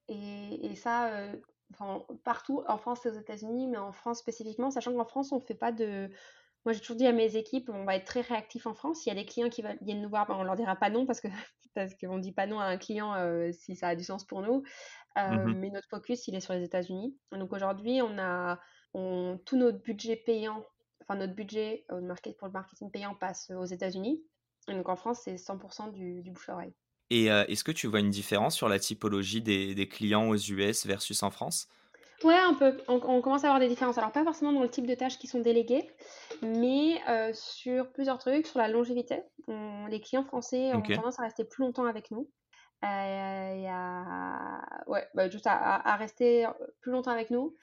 et, et ça, euh, enfin, partout en France et aux États-Unis, mais en France spécifiquement, sachant qu'en France, on fait pas de. Moi, j'ai toujours dit à mes équipes, on va être très réactif en France. Il y a des clients qui va- viennent nous voir, ben, on leur dira pas non parce que parce qu'on dit pas non à un client euh, si ça a du sens pour nous. Euh, Mmh. mais notre focus, il est sur les États-Unis. Donc aujourd'hui, on a on, tout notre budget payant, enfin notre budget au market, pour le marketing payant passe aux États-Unis. Et donc en France, c'est cent pour cent du, du bouche-à-oreille. Et heu, est-ce que tu vois une différence sur la typologie des des clients aux U S versus en France? Ouais, un peu. On, on commence à avoir des différences. Alors pas forcément dans le type de tâches qui sont déléguées, mais euh, sur plusieurs trucs, sur la longévité. On- les clients français ont OK. tendance à rester plus longtemps avec nous. Euh, et à, ouais, bah, juste à, à- à rester plus longtemps avec nous.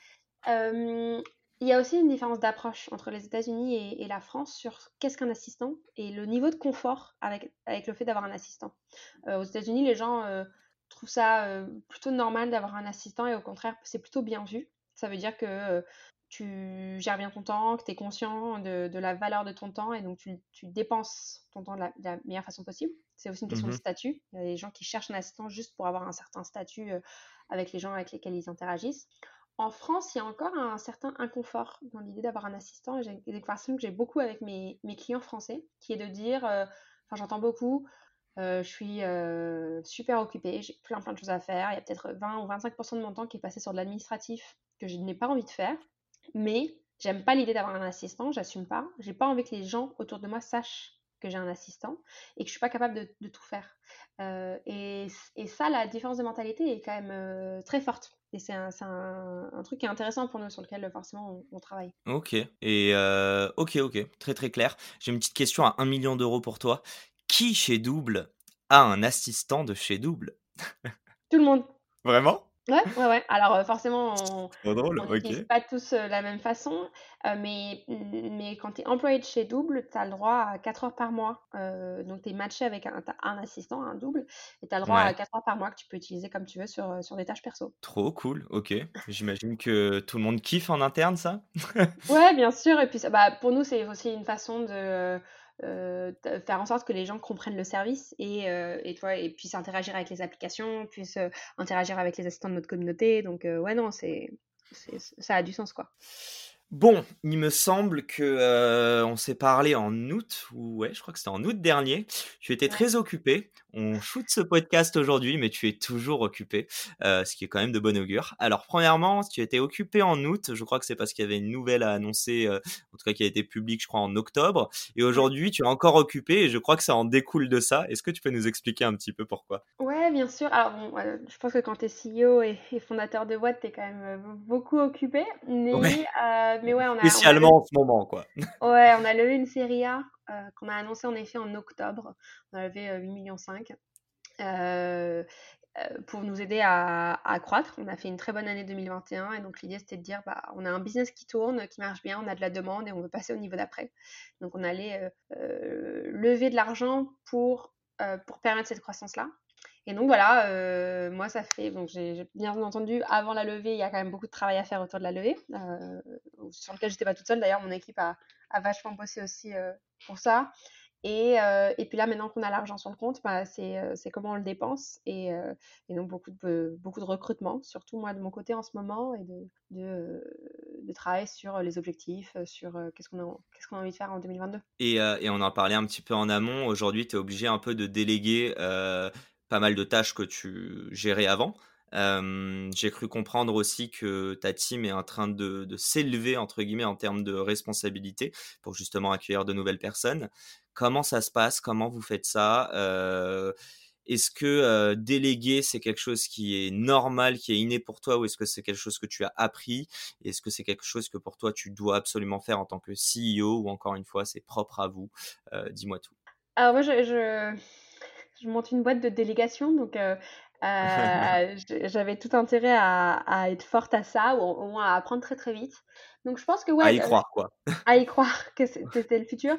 Euh, il y a aussi une différence d'approche entre les États-Unis et, et la France sur qu'est-ce qu'un assistant et le niveau de confort avec, avec le fait d'avoir un assistant. Euh, aux États-Unis, les gens euh, trouvent ça euh, plutôt normal d'avoir un assistant et au contraire, c'est plutôt bien vu. Ça veut dire que euh, tu gères bien ton temps, que tu es conscient de, de la valeur de ton temps et donc tu, tu dépenses ton temps de la, de la meilleure façon possible. C'est aussi une question de Mmh. statut. Il y a des gens qui cherchent un assistant juste pour avoir un certain statut euh, avec les gens avec lesquels ils interagissent. En France, il y a encore un certain inconfort dans l'idée d'avoir un assistant. Et j'ai des conversations que j'ai beaucoup avec mes, mes clients français, qui est de dire, euh, enfin j'entends beaucoup, euh, je suis euh, super occupée, j'ai plein plein de choses à faire. Il y a peut-être vingt ou vingt-cinq pour cent de mon temps qui est passé sur de l'administratif que je n'ai pas envie de faire. Mais j'aime pas l'idée d'avoir un assistant, j'assume pas. J'ai pas envie que les gens autour de moi sachent que j'ai un assistant et que je suis pas capable de, de tout faire. Euh, et, et, ça, la différence de mentalité est quand même euh, très forte. Et c'est un, un, un, truc qui est intéressant pour nous, sur lequel forcément on, on travaille. OK et heu, OK, OK, très, très clair. J'ai une petite question à un million d'euros pour toi. Qui chez Double a un assistant de chez Double? Tout le monde. Vraiment? Ouais, ouais, ouais. Alors, heu, forcément, on Trop drôle, on OK. n'utilise pas tous, heu, la même façon, heu, mais mmh, mais quand tu es employé de chez Double, tu as le droit à quatre heures par mois, heu, donc tu es matché avec un tu un assistant, un double et tu as le droit à Ouais, quatre heures par mois que tu peux utiliser comme tu veux sur, heu, sur des tâches perso. trop cool, OK. J'imagine que tout le monde kiffe en interne ça? Ouais, bien sûr et puis ça bah, pour nous, c'est aussi une façon de, heu, de faire en sorte que les gens comprennent le service et heu et tu vois et puissent interagir avec les applications, puissent, heu, interagir avec les assistants de notre communauté donc heu, ouais, non, c'est c'est ça a du sens, quoi. Bon, il me semble que, heu, on s'est parlé en août ou ouais, je crois que c'était en août dernier. Tu étais Ouais. très occupé. On shoot ce podcast aujourd'hui, mais tu es toujours occupé, heu, ce qui est quand même de bon augure. Alors premièrement, tu étais occupé en août, je crois que c'est parce qu'il y avait une nouvelle à annoncer, heu, en tout cas qui a été publique, je crois, en octobre et Ouais. aujourd'hui, tu es encore occupé et je crois que ça en découle de ça. Est-ce que tu peux nous expliquer un petit peu pourquoi? Ouais, bien sûr. Alors bon, heu, je pense que quand tu es C E O et et fondateur de boîte, tu es quand même, heu, beaucoup occupé, Ouais, mais heu, mais ouais, on a on a levé spécialement en ce moment, quoi. ouais, on a levé une série A, heu, qu'on a annoncée en effet en octobre. On a levé, heu, huit virgule cinq millions. Heu, heu, euh, pour nous aider à, à croître. On a fait une très bonne année deux mille vingt et un et donc l'idée c'était de dire bah, on a un business qui tourne, qui marche bien, on a de la demande et on veut passer au niveau d'après. Donc on allait euh, euh, lever de l'argent pour, euh, pour permettre cette croissance-là. Et donc voilà, euh, moi ça fait, donc j'ai j'ai bien entendu, avant la levée, il y a quand même beaucoup de travail à faire autour de la levée, euh, sur lequel j'étais pas toute seule. D'ailleurs, mon équipe a, a vachement bossé aussi euh, pour ça. Et, euh, et puis là, maintenant qu'on a l'argent sur le compte, bah, c'est euh, c'est comment on le dépense. Et, euh, et donc beaucoup de, beaucoup de recrutement, surtout moi de mon côté en ce moment, et de, de, euh, de travail sur les objectifs, euh, sur euh, qu'est-ce qu'on a, qu'est-ce qu'on a envie de faire en deux mille vingt-deux. Et, euh, et on en parlait un petit peu en amont. Aujourd'hui, tu es obligé un peu de déléguer euh, pas mal de tâches que tu gérais avant. Euh, j'ai cru comprendre aussi que ta team est en train de, de s'élever, entre guillemets, en termes de responsabilité pour justement accueillir de nouvelles personnes. Comment ça se passe? Comment vous faites ça? Euh, Est-ce que euh, déléguer, c'est quelque chose qui est normal, qui est inné pour toi, ou est-ce que c'est quelque chose que tu as appris? Est-ce que c'est quelque chose que pour toi, tu dois absolument faire en tant que C E O, ou encore une fois, c'est propre à vous? Euh, dis-moi tout. Alors moi, je, je, je monte une boîte de délégation, donc euh, euh, je- j'avais tout intérêt à, à être forte à ça, ou au moins à apprendre très très vite. Donc je pense que À ouais, y croire, quoi. à y croire que c'était le futur.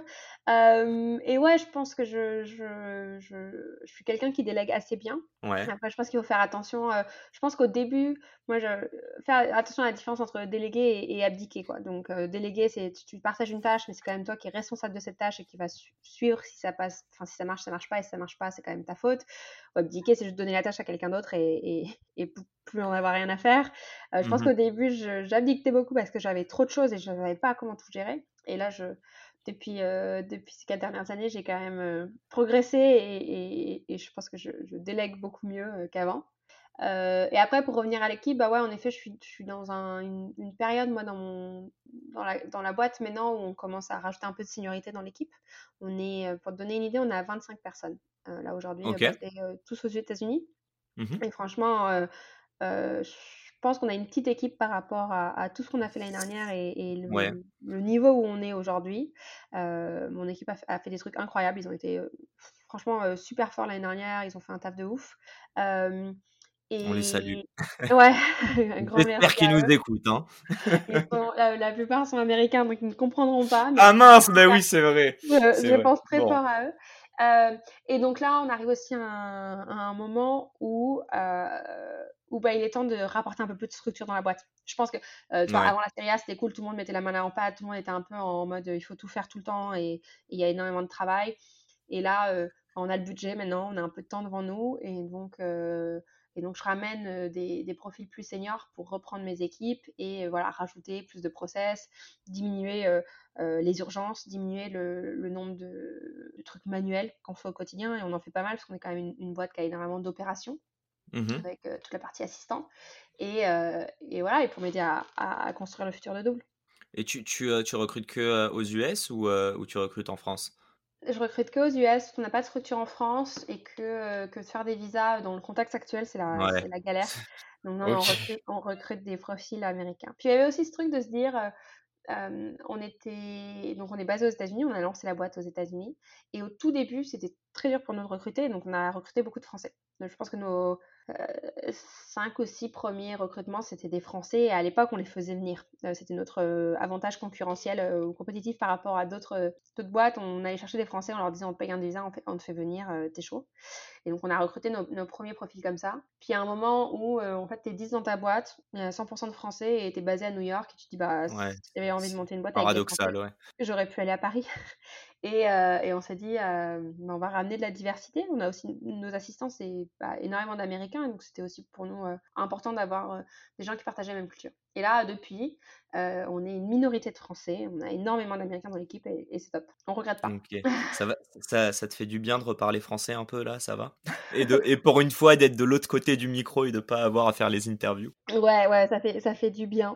Euh, et ouais, je pense que je, je, je, je suis quelqu'un qui délègue assez bien. Ouais. Après, je pense qu'il faut faire attention. euh, je pense qu'au début, moi, je faire attention à la différence entre déléguer et, et abdiquer, quoi. Donc, euh, déléguer, c'est tu, tu partages une tâche, mais c'est quand même toi qui es responsable de cette tâche et qui va su- suivre si ça passe, enfin si ça marche, ça marche pas, et si ça marche pas, c'est quand même ta faute. Ou abdiquer, c'est juste donner la tâche à quelqu'un d'autre et, et, et p- plus en avoir rien à faire. Euh, je pense Mhm. qu'au début, je- j'abdiquais beaucoup parce que j'avais trop de choses et je ne savais pas comment tout gérer. Et là, je, depuis, euh, depuis ces quatre dernières années, j'ai quand même euh, progressé et, et- et je pense que je, je délègue beaucoup mieux euh, qu'avant. Euh, et après, pour revenir à l'équipe, bah ouais, en effet, je suis, je suis dans un- une, une période, moi, dans, mon, dans, la, dans la boîte maintenant, où on commence à rajouter un peu de seniorité dans l'équipe. On est, euh, pour te donner une idée, on a vingt-cinq personnes, euh, là, aujourd'hui, euh, Ok. basées euh, tous aux États-Unis. Mhm. Et franchement, euh, euh, je pense qu'on a une petite équipe par rapport à, à tout ce qu'on a fait l'année dernière et, et Ouais. le, le niveau où on est aujourd'hui. Euh, mon équipe a, fait a fait des trucs incroyables. Ils ont été euh, franchement euh, super forts l'année dernière. Ils ont fait un taf de ouf. Euh, On les salue. et ouais, un grand J'espère merci qu'ils à nous eux. écoutent, hein. Ils sont, la, la plupart sont américains, donc ils ne comprendront pas, mais Ah mince, ben oui, c'est vrai. je, C'est je vrai. pense très Bon. fort à eux. Euh, et donc là, on arrive aussi à un, à un moment où, euh, où bah, il est temps de rapporter un peu plus de structure dans la boîte. Je pense que, euh, tu vois, Ouais. avant la série A, c'était cool, tout le monde mettait la main en pâte, tout le monde était un peu en mode euh, il faut tout faire tout le temps et il y a énormément de travail. Et là, euh, on a le budget maintenant, on a un peu de temps devant nous et donc, euh, et donc je ramène euh, des, des profils plus seniors pour reprendre mes équipes et euh, voilà, rajouter plus de process, diminuer euh, euh, les urgences, diminuer le, le nombre de, de trucs manuels qu'on fait au quotidien et on en fait pas mal parce qu'on est quand même une, une boîte qui a énormément d'opérations Mhm. avec euh, toute la partie assistant et, euh, et voilà, et pour m'aider à, à- à construire le futur de Double. Et tu, tu, euh, tu recrutes que euh, aux U S, ou, euh, ou tu recrutes en France? Je recrute que aux U S, on n'a pas de structure en France et que, euh, que de faire des visas dans le contexte actuel, c'est la, Ouais. c'est la galère. Donc non, non, on Ok. recrute, on recrute des profils américains. Puis il y avait aussi ce truc de se dire, euh, euh, on était, donc on est basé aux États-Unis, on a lancé la boîte aux États-Unis et au tout début, c'était très dur pour nous de recruter, donc on a recruté beaucoup de Français. Donc, je pense que nos euh, cinq ou six premiers recrutements, c'était des Français et à l'époque, on les faisait venir. Euh, c'était notre euh, avantage concurrentiel euh, ou compétitif par rapport à d'autres euh, d'autres boîtes. On allait chercher des Français en leur disant on te paye un visa, on, fait, on te fait venir, euh, t'es chaud. Et donc, on a recruté nos, nos premiers profils comme ça. Puis, il y a un moment où, euh, en fait, t'es dix dans ta boîte, il y a cent pour cent de Français et t'es basé à New York et tu te dis, bah, Ouais. si j'avais envie de C'est monter une boîte avec des paradoxal, Français, ouais. j'aurais pu aller à Paris. Et, euh, et on s'est dit, euh, bah, on va ramener de la diversité. On a aussi, nos assistants, c'est bah, énormément d'Américains. Et donc, c'était aussi pour nous euh, important d'avoir euh, des gens qui partageaient la même culture. Et là, depuis, euh, on est une minorité de Français. On a énormément d'Américains dans l'équipe et, et c'est top. On regrette pas. Ok. Ça va, ça, ça te fait du bien de reparler français un peu là, ça va? Et, de, et pour une fois d'être de l'autre côté du micro et de pas avoir à faire les interviews. Ouais, ouais, ça fait, ça fait du bien,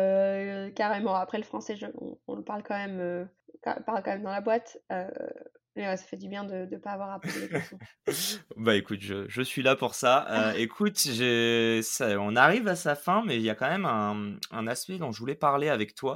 euh, carrément. Après, le français, je- on, on le parle quand même, euh, ca- parle quand même dans la boîte. euh, Mais ouais, ça fait du bien de ne pas avoir à poser les questions. Bah écoute, je, je suis là pour ça. Euh, écoute, j'ai, ça- on arrive à sa fin, mais il y a quand même un, un aspect dont je voulais parler avec toi.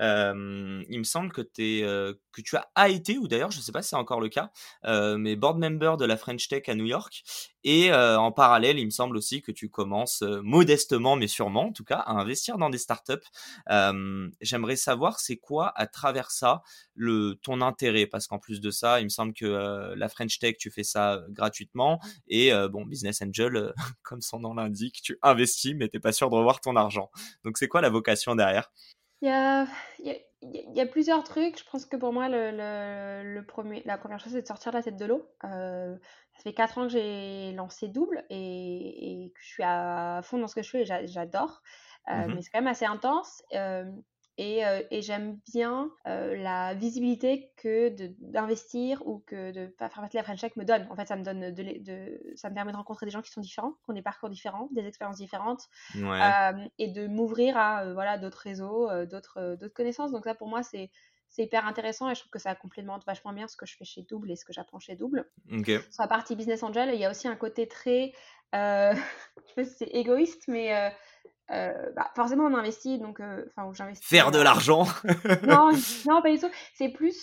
Euh, il me semble que, t'es, euh, que tu as été, ou d'ailleurs je ne sais pas si c'est encore le cas, euh, mais board member de la French Tech à New York. Et euh, en parallèle, il me semble aussi que tu commences euh, modestement, mais sûrement en tout cas, à investir dans des startups. Euh, j'aimerais savoir c'est quoi à travers ça le ton intérêt, parce qu'en plus de ça, il me semble que euh, la French Tech, tu fais ça euh, gratuitement et euh, bon, Business Angel, euh, comme son nom l'indique, tu investis mais t'es pas sûr de revoir ton argent. Donc c'est quoi la vocation derrière? Il y a, il y a- il y a plusieurs trucs. Je pense que pour moi, le, le- le premier, la première chose, c'est de sortir la tête de l'eau. Euh, ça fait quatre ans que j'ai lancé Double et, et que je suis à fond dans ce que je fais et j'a- j'adore. Euh, mais Mhm. c'est quand même assez intense. Euh, et euh, et j'aime bien euh, la visibilité que de- d'investir ou que de pas faire partie de la French Tech me donne. En fait, ça me donne de, l'é- de- ça me permet de rencontrer des gens qui sont différents, qui ont des parcours différents, des expériences différentes Ouais. euh, et de m'ouvrir à euh, voilà, d'autres réseaux, euh, d'autres, euh, d'autres connaissances. Donc ça, pour moi, c'est, c'est hyper intéressant et je trouve que ça complémente vachement bien ce que je fais chez Double et ce que j'apprends chez Double. Ok. Sur la partie Business Angel, il y a aussi un côté très, euh, je sais pas si c'est égoïste, mais euh, euh, bah, forcément on investit, donc, euh, enfin, où j'investis. Faire de euh, l'argent. Non, non, pas du tout. C'est plus.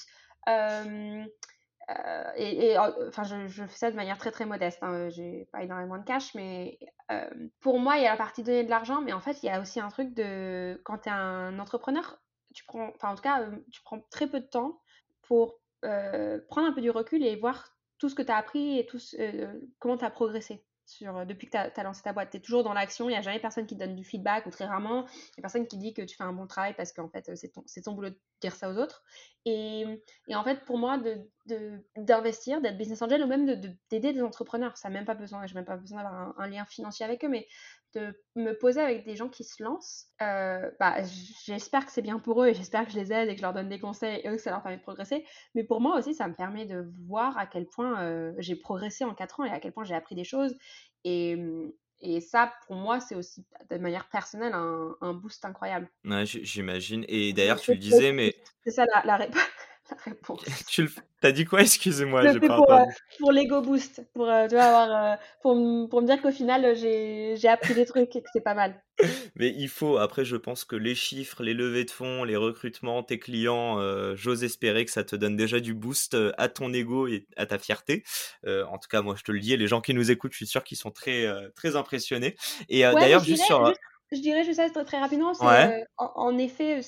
euh, euh, et, et, euh, enfin, je, je fais ça de manière très très modeste. Hein. J'ai pas énormément de cash, mais euh, pour moi, il y a la partie donner de l'argent, mais en fait, il y a aussi un truc de quand tu es un entrepreneur, tu prends, enfin en tout cas, euh, tu prends très peu de temps pour euh, prendre un peu du recul et voir tout ce que tu as appris et tout ce- euh, comment tu as progressé. Sur, depuis que tu as lancé ta boîte, tu es toujours dans l'action, il n'y a jamais personne qui te donne du feedback ou très rarement, il n'y a personne qui dit que tu fais un bon travail parce qu'en fait c'est ton, c'est ton boulot de dire ça aux autres. Et, et en fait, pour moi, de, de- d'investir, d'être business angel ou même de, de- d'aider des entrepreneurs, ça n'a même pas besoin, j'ai même pas besoin d'avoir un, un lien financier avec eux, mais de me poser avec des gens qui se lancent, euh, bah, j'espère que c'est bien pour eux et j'espère que je les aide et que je leur donne des conseils et eux que ça leur permet de progresser. Mais pour moi aussi, ça me permet de voir à quel point euh, j'ai progressé en quatre ans et à quel point j'ai appris des choses. Et, et ça, pour moi, c'est aussi de manière personnelle un, un boost incroyable. Ouais, j- j'imagine. Et Donc, je le d'ailleurs, tu fais le pour disais, le mais boost. C'est ça la, la, ré- la réponse. tu le... t'as dit quoi? Excusez-moi, Je le j'ai fais pas pour, euh, entendu. pour l'ego boost, pour, euh, tu vois, avoir, euh, pour, m- pour me dire qu'au final, euh, j'ai, j'ai appris des trucs et que c'est pas mal. Mais il faut, après, je pense que les chiffres, les levées de fonds, les recrutements, tes clients, euh, j'ose espérer que ça te donne déjà du boost euh, à ton ego et à ta fierté. Euh, en tout cas, moi, je te le dis, et les gens qui nous écoutent, je suis sûr qu'ils sont très, euh, très impressionnés. Et euh, Ouais, mais d'ailleurs, je juste dirais, sur... euh, juste, je dirais juste ça très, très rapidement, c'est Ouais. euh, en, en effet,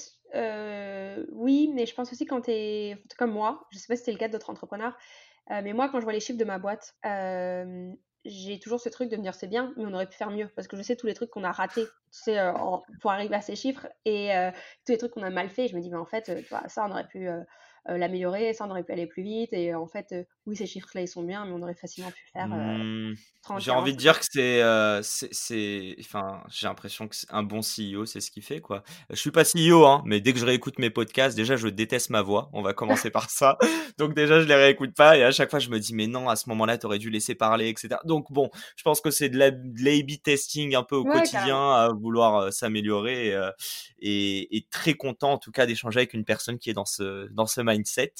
euh, oui, mais je pense aussi quand tu es comme moi, je sais pas si c'est le cas d'autres entrepreneurs, euh, mais moi, quand je vois les chiffres de ma boîte, euh, j'ai toujours ce truc de me dire c'est bien, mais on aurait pu faire mieux parce que je sais tous les trucs qu'on a ratés, tu sais, euh, en- pour arriver à ces chiffres et euh, tous les trucs qu'on a mal fait. Je me dis, mais en fait, euh, tu vois, ça, on aurait pu euh, euh, l'améliorer, ça, on aurait pu aller plus vite. Et euh, en fait, euh, oui, ces chiffres-là, ils sont bien, mais on aurait facilement pu faire euh, Hmm, trente, j'ai quarante, envie de cinquante. dire que c'est, euh, c'est, c'est- enfin, j'ai l'impression que c'est un bon C E O, c'est ce qu'il fait, quoi. Je suis pas C E O, hein, mais dès que je réécoute mes podcasts, déjà, je déteste ma voix. On va commencer par ça. Donc déjà, je les réécoute pas et à chaque fois, je me dis, mais non, à ce moment-là, t'aurais dû laisser parler, et cetera. Donc bon, je pense que c'est de la, de l'A B testing un peu au Ouais, quotidien, carrément. à vouloir euh, s'améliorer et, euh, et, et très content, en tout cas, d'échanger avec une personne qui est dans ce, dans ce mindset.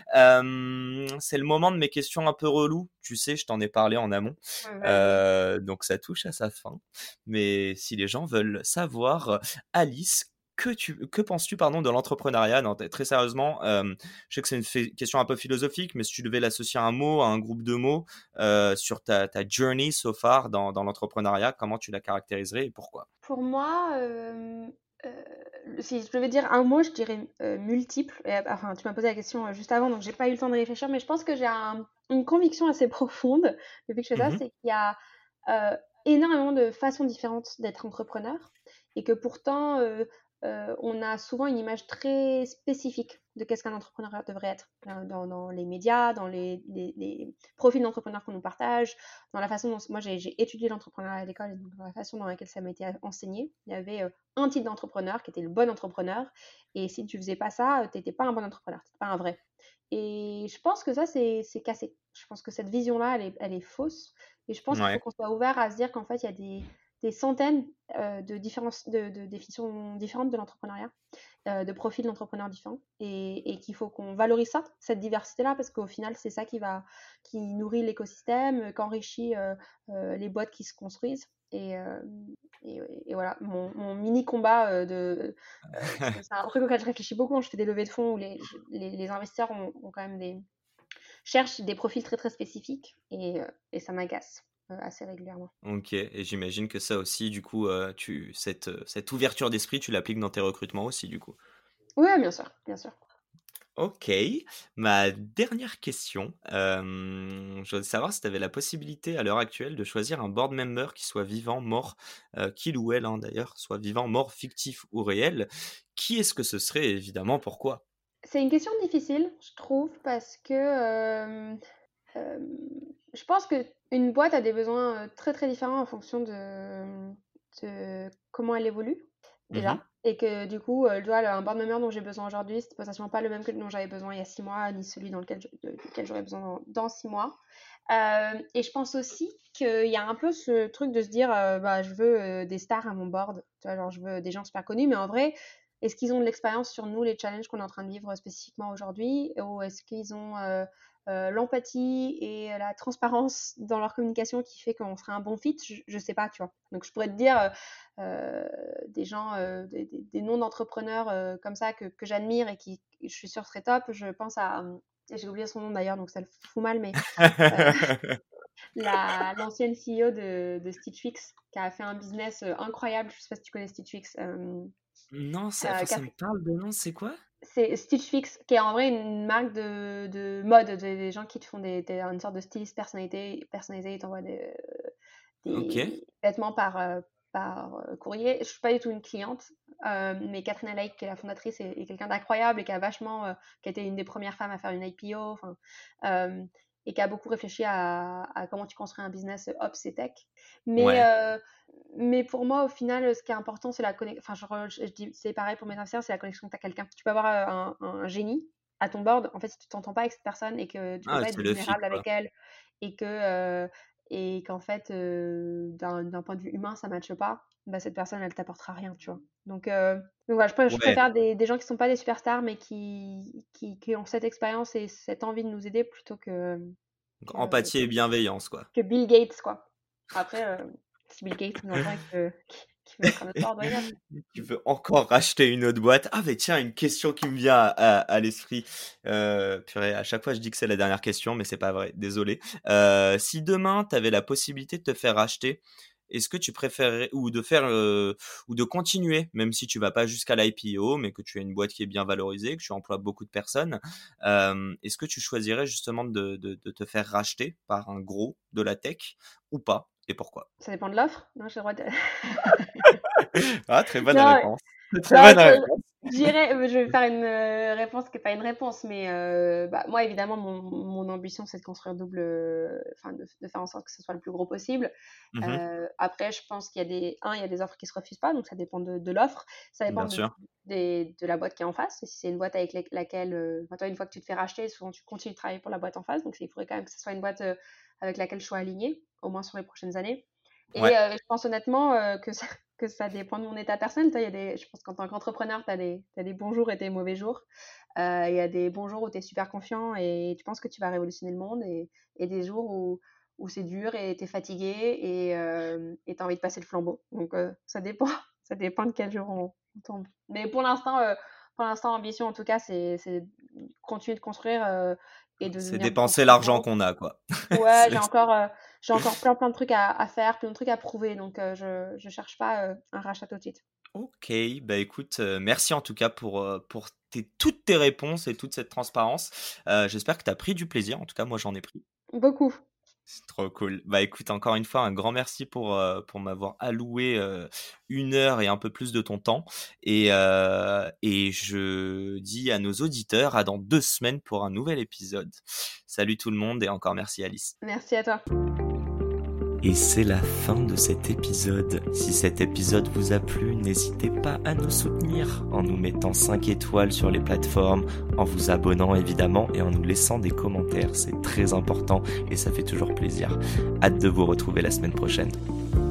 Euh, c'est le moment de mes questions un peu reloues. Tu sais, je t'en ai parlé en amont. Ouais, vas-y. Euh, donc ça touche à sa fin. Mais si les gens veulent savoir, euh, Alice, que, tu, que penses-tu pardon, de l'entrepreneuriat? Non, t- très sérieusement, euh, je sais que c'est une fait- question un peu philosophique, mais si tu devais l'associer à un mot, à un groupe de mots, euh, sur ta, ta journey so far dans, dans l'entrepreneuriat, comment tu la caractériserais et pourquoi? Pour moi, euh, euh, si je devais dire un mot, je dirais euh, multiple. Et, euh, enfin, tu m'as posé la question euh, juste avant, donc j'ai pas eu le temps de réfléchir, mais je pense que j'ai un- une conviction assez profonde depuis que je fais ça, Mhm. c'est qu'il y a euh, énormément de façons différentes d'être entrepreneur et que pourtant, euh, euh, on a souvent une image très spécifique de qu'est-ce qu'un entrepreneur devrait être euh, dans, dans les médias, dans les, les- les profils d'entrepreneurs qu'on nous partage, dans la façon dont moi j'ai j'ai étudié l'entrepreneuriat à l'école et donc dans la façon dans laquelle ça m'a été enseigné. Il y avait euh, un type d'entrepreneur qui était le bon entrepreneur et si tu faisais pas ça, tu n'étais pas un bon entrepreneur, tu n'étais pas un vrai. Et je pense que ça, c'est c'est cassé. Je pense que cette vision-là, elle est, elle est fausse. Et je pense qu'il faut Ouais. qu'on soit ouvert à se dire qu'en fait, il y a des, des centaines euh, de, différences, de, de définitions différentes de l'entrepreneuriat, euh, de profils d'entrepreneurs différents, et, et qu'il faut qu'on valorise ça, cette diversité-là, parce qu'au final, c'est ça qui, va, qui nourrit l'écosystème, qu'enrichit euh, euh, les boîtes qui se construisent. Et, euh, et, et voilà, mon, mon mini combat euh, de. Euh, c'est, c'est un truc auquel je réfléchis beaucoup quand je fais des levées de fonds où les, les, les investisseurs ont, ont quand même des. cherchent des profils très très spécifiques, et, euh, et ça m'agace euh, assez régulièrement. Ok, et j'imagine que ça aussi, du coup, euh, tu, cette, cette ouverture d'esprit, tu l'appliques dans tes recrutements aussi, du coup. Oui, bien sûr, bien sûr. Ok, ma dernière question, euh, je voudrais savoir si tu avais la possibilité à l'heure actuelle de choisir un board member qui soit vivant, mort, euh, qu'il ou elle hein, d'ailleurs, soit vivant, mort, fictif ou réel. Qui est-ce que ce serait, évidemment, pourquoi? C'est une question difficile, je trouve, parce que euh, euh, je pense qu'une boîte a des besoins euh, très très différents en fonction de, de comment elle évolue, déjà. Mhm. Et que du coup, euh, tu vois, le- un board member dont j'ai besoin aujourd'hui, c'est potentiellement pas le même que dont j'avais besoin il y a six mois, ni celui dans lequel je- de- duquel j'aurais besoin dans, dans six mois. Euh, et je pense aussi qu'il y a un peu ce truc de se dire, euh, bah, je veux euh, des stars à mon board, tu vois, genre je veux des gens super connus, mais en vrai, est-ce qu'ils ont de l'expérience sur nous, les challenges qu'on est en train de vivre spécifiquement aujourd'hui, ou est-ce qu'ils ont euh, euh, l'empathie et la transparence dans leur communication qui fait qu'on serait un bon fit? Je, je sais pas, tu vois. Donc je pourrais te dire euh, euh, des gens, euh, des, des, des noms d'entrepreneurs euh, comme ça que, que j'admire et qui, je suis sûre, seraient top. Je pense à, j'ai oublié son nom d'ailleurs, donc ça le fout mal, mais euh, la, l'ancienne C E O de, de Stitch Fix, qui a fait un business euh, incroyable. Je sais pas si tu connais Stitch Fix. Euh, Non, ça, euh, enfin, qui a ça me fait- parle de nom, c'est quoi? c'est Stitch Fix, qui est en vrai une marque de, de mode, des, des gens qui te font des, des- une sorte de styliste personnalité, personnalisé, ils t'envoient des, Ok, des vêtements par, euh, par euh, courrier. Je suis pas du tout une cliente, euh, mais Katrina Lake, qui est la fondatrice, est, est quelqu'un d'incroyable et qui a vachement, euh, qui a été une des premières femmes à faire une I P O, enfin, euh, et qui a beaucoup réfléchi à, à comment tu construis un business ops et tech. Mais, ouais, euh, mais pour moi, au final, ce qui est important, c'est la connexion. Enfin, je, je, je dis, c'est pareil pour mes investisseurs, c'est la connexion que tu as quelqu'un. Tu peux avoir un, un, un génie à ton board, en fait, si tu t'entends pas avec cette personne et que tu peux ah, pas être c'est le fit, vulnérable avec quoi. elle, et que euh, et qu'en fait, euh, d'un, d'un point de vue humain, ça ne matche pas, bah, cette personne, elle t'apportera rien, tu vois. Donc, euh, donc voilà, je, pr- je Ouais, préfère des, des gens qui ne sont pas des superstars, mais qui, qui, qui ont cette expérience et cette envie de nous aider plutôt que, donc que, empathie et bienveillance, quoi. que Bill Gates, quoi. Après, euh, si Bill Gates nous entend et que- qu'il veut être à notre board, why not? Tu veux encore racheter une autre boîte? Ah, mais tiens, une question qui me vient à, à- à l'esprit. Euh, purée, à chaque fois, je dis que c'est la dernière question, mais c'est pas vrai. Désolé. Euh, si demain, tu avais la possibilité de te faire racheter, est-ce que tu préférerais, ou de faire, euh, ou de continuer, même si tu vas pas jusqu'à l'I P O, mais que tu as une boîte qui est bien valorisée, que tu emploies beaucoup de personnes, euh, est-ce que tu choisirais justement de, de, de te faire racheter par un gros de la tech ou pas? Et pourquoi? Ça dépend de l'offre. Non, j'ai le droit de... Ah, très bonne Non, réponse. Très non, bonne je, réponse. je dirais, euh, je vais faire une euh, réponse qui n'est pas une réponse, mais euh, bah, moi, évidemment, mon, mon ambition, c'est de construire double, euh, enfin, de, de faire en sorte que ce soit le plus gros possible. Mhm, Euh, après, je pense qu'il y a des, un, il y a des offres qui se refusent pas, donc ça dépend de, de l'offre, ça dépend bien de, sûr. des- de la boîte qui est en face. Et si c'est une boîte avec la- laquelle, euh, enfin, toi, une fois que tu te fais racheter, souvent tu continues de travailler pour la boîte en face, donc il faudrait quand même que ce soit une boîte euh, avec laquelle je sois alignée, au moins sur les prochaines années. Et Ouais, euh, je pense honnêtement euh, que ça, que ça dépend de mon état personnel. Toi, il y a des, je pense qu'en tant qu'entrepreneur, tu as des, t'as des bons jours et des mauvais jours. Euh, Il y a des bons jours où tu es super confiant et tu penses que tu vas révolutionner le monde, et, et des jours où, où c'est dur et tu es fatigué et euh, tu as envie de passer le flambeau. Donc euh, ça dépend, ça dépend de quel jour on, on tombe. Mais pour l'instant, euh, pour l'instant, l'ambition en tout cas, c'est c'est de continuer de construire euh, et de c'est devenir de plus en dépenser plus l'argent gros. qu'on a, quoi. Ouais, j'ai C'est- encore, euh, j'ai encore plein plein de trucs à, à faire, plein de trucs à prouver, donc euh, je je cherche pas euh, un rachat tout de suite. Ok, bah écoute, euh, merci en tout cas pour, euh, pour tes, toutes tes réponses et toute cette transparence. Euh, j'espère que tu as pris du plaisir, en tout cas moi j'en ai pris. Beaucoup. C'est trop cool. Bah écoute, encore une fois, un grand merci pour, euh, pour m'avoir alloué euh, une heure et un peu plus de ton temps. Et, euh, et je dis à nos auditeurs à dans deux semaines pour un nouvel épisode. Salut tout le monde et encore merci Alice. Merci à toi. Et c'est la fin de cet épisode. Si cet épisode vous a plu, n'hésitez pas à nous soutenir en nous mettant cinq étoiles sur les plateformes, en vous abonnant évidemment et en nous laissant des commentaires. C'est très important et ça fait toujours plaisir. Hâte de vous retrouver la semaine prochaine.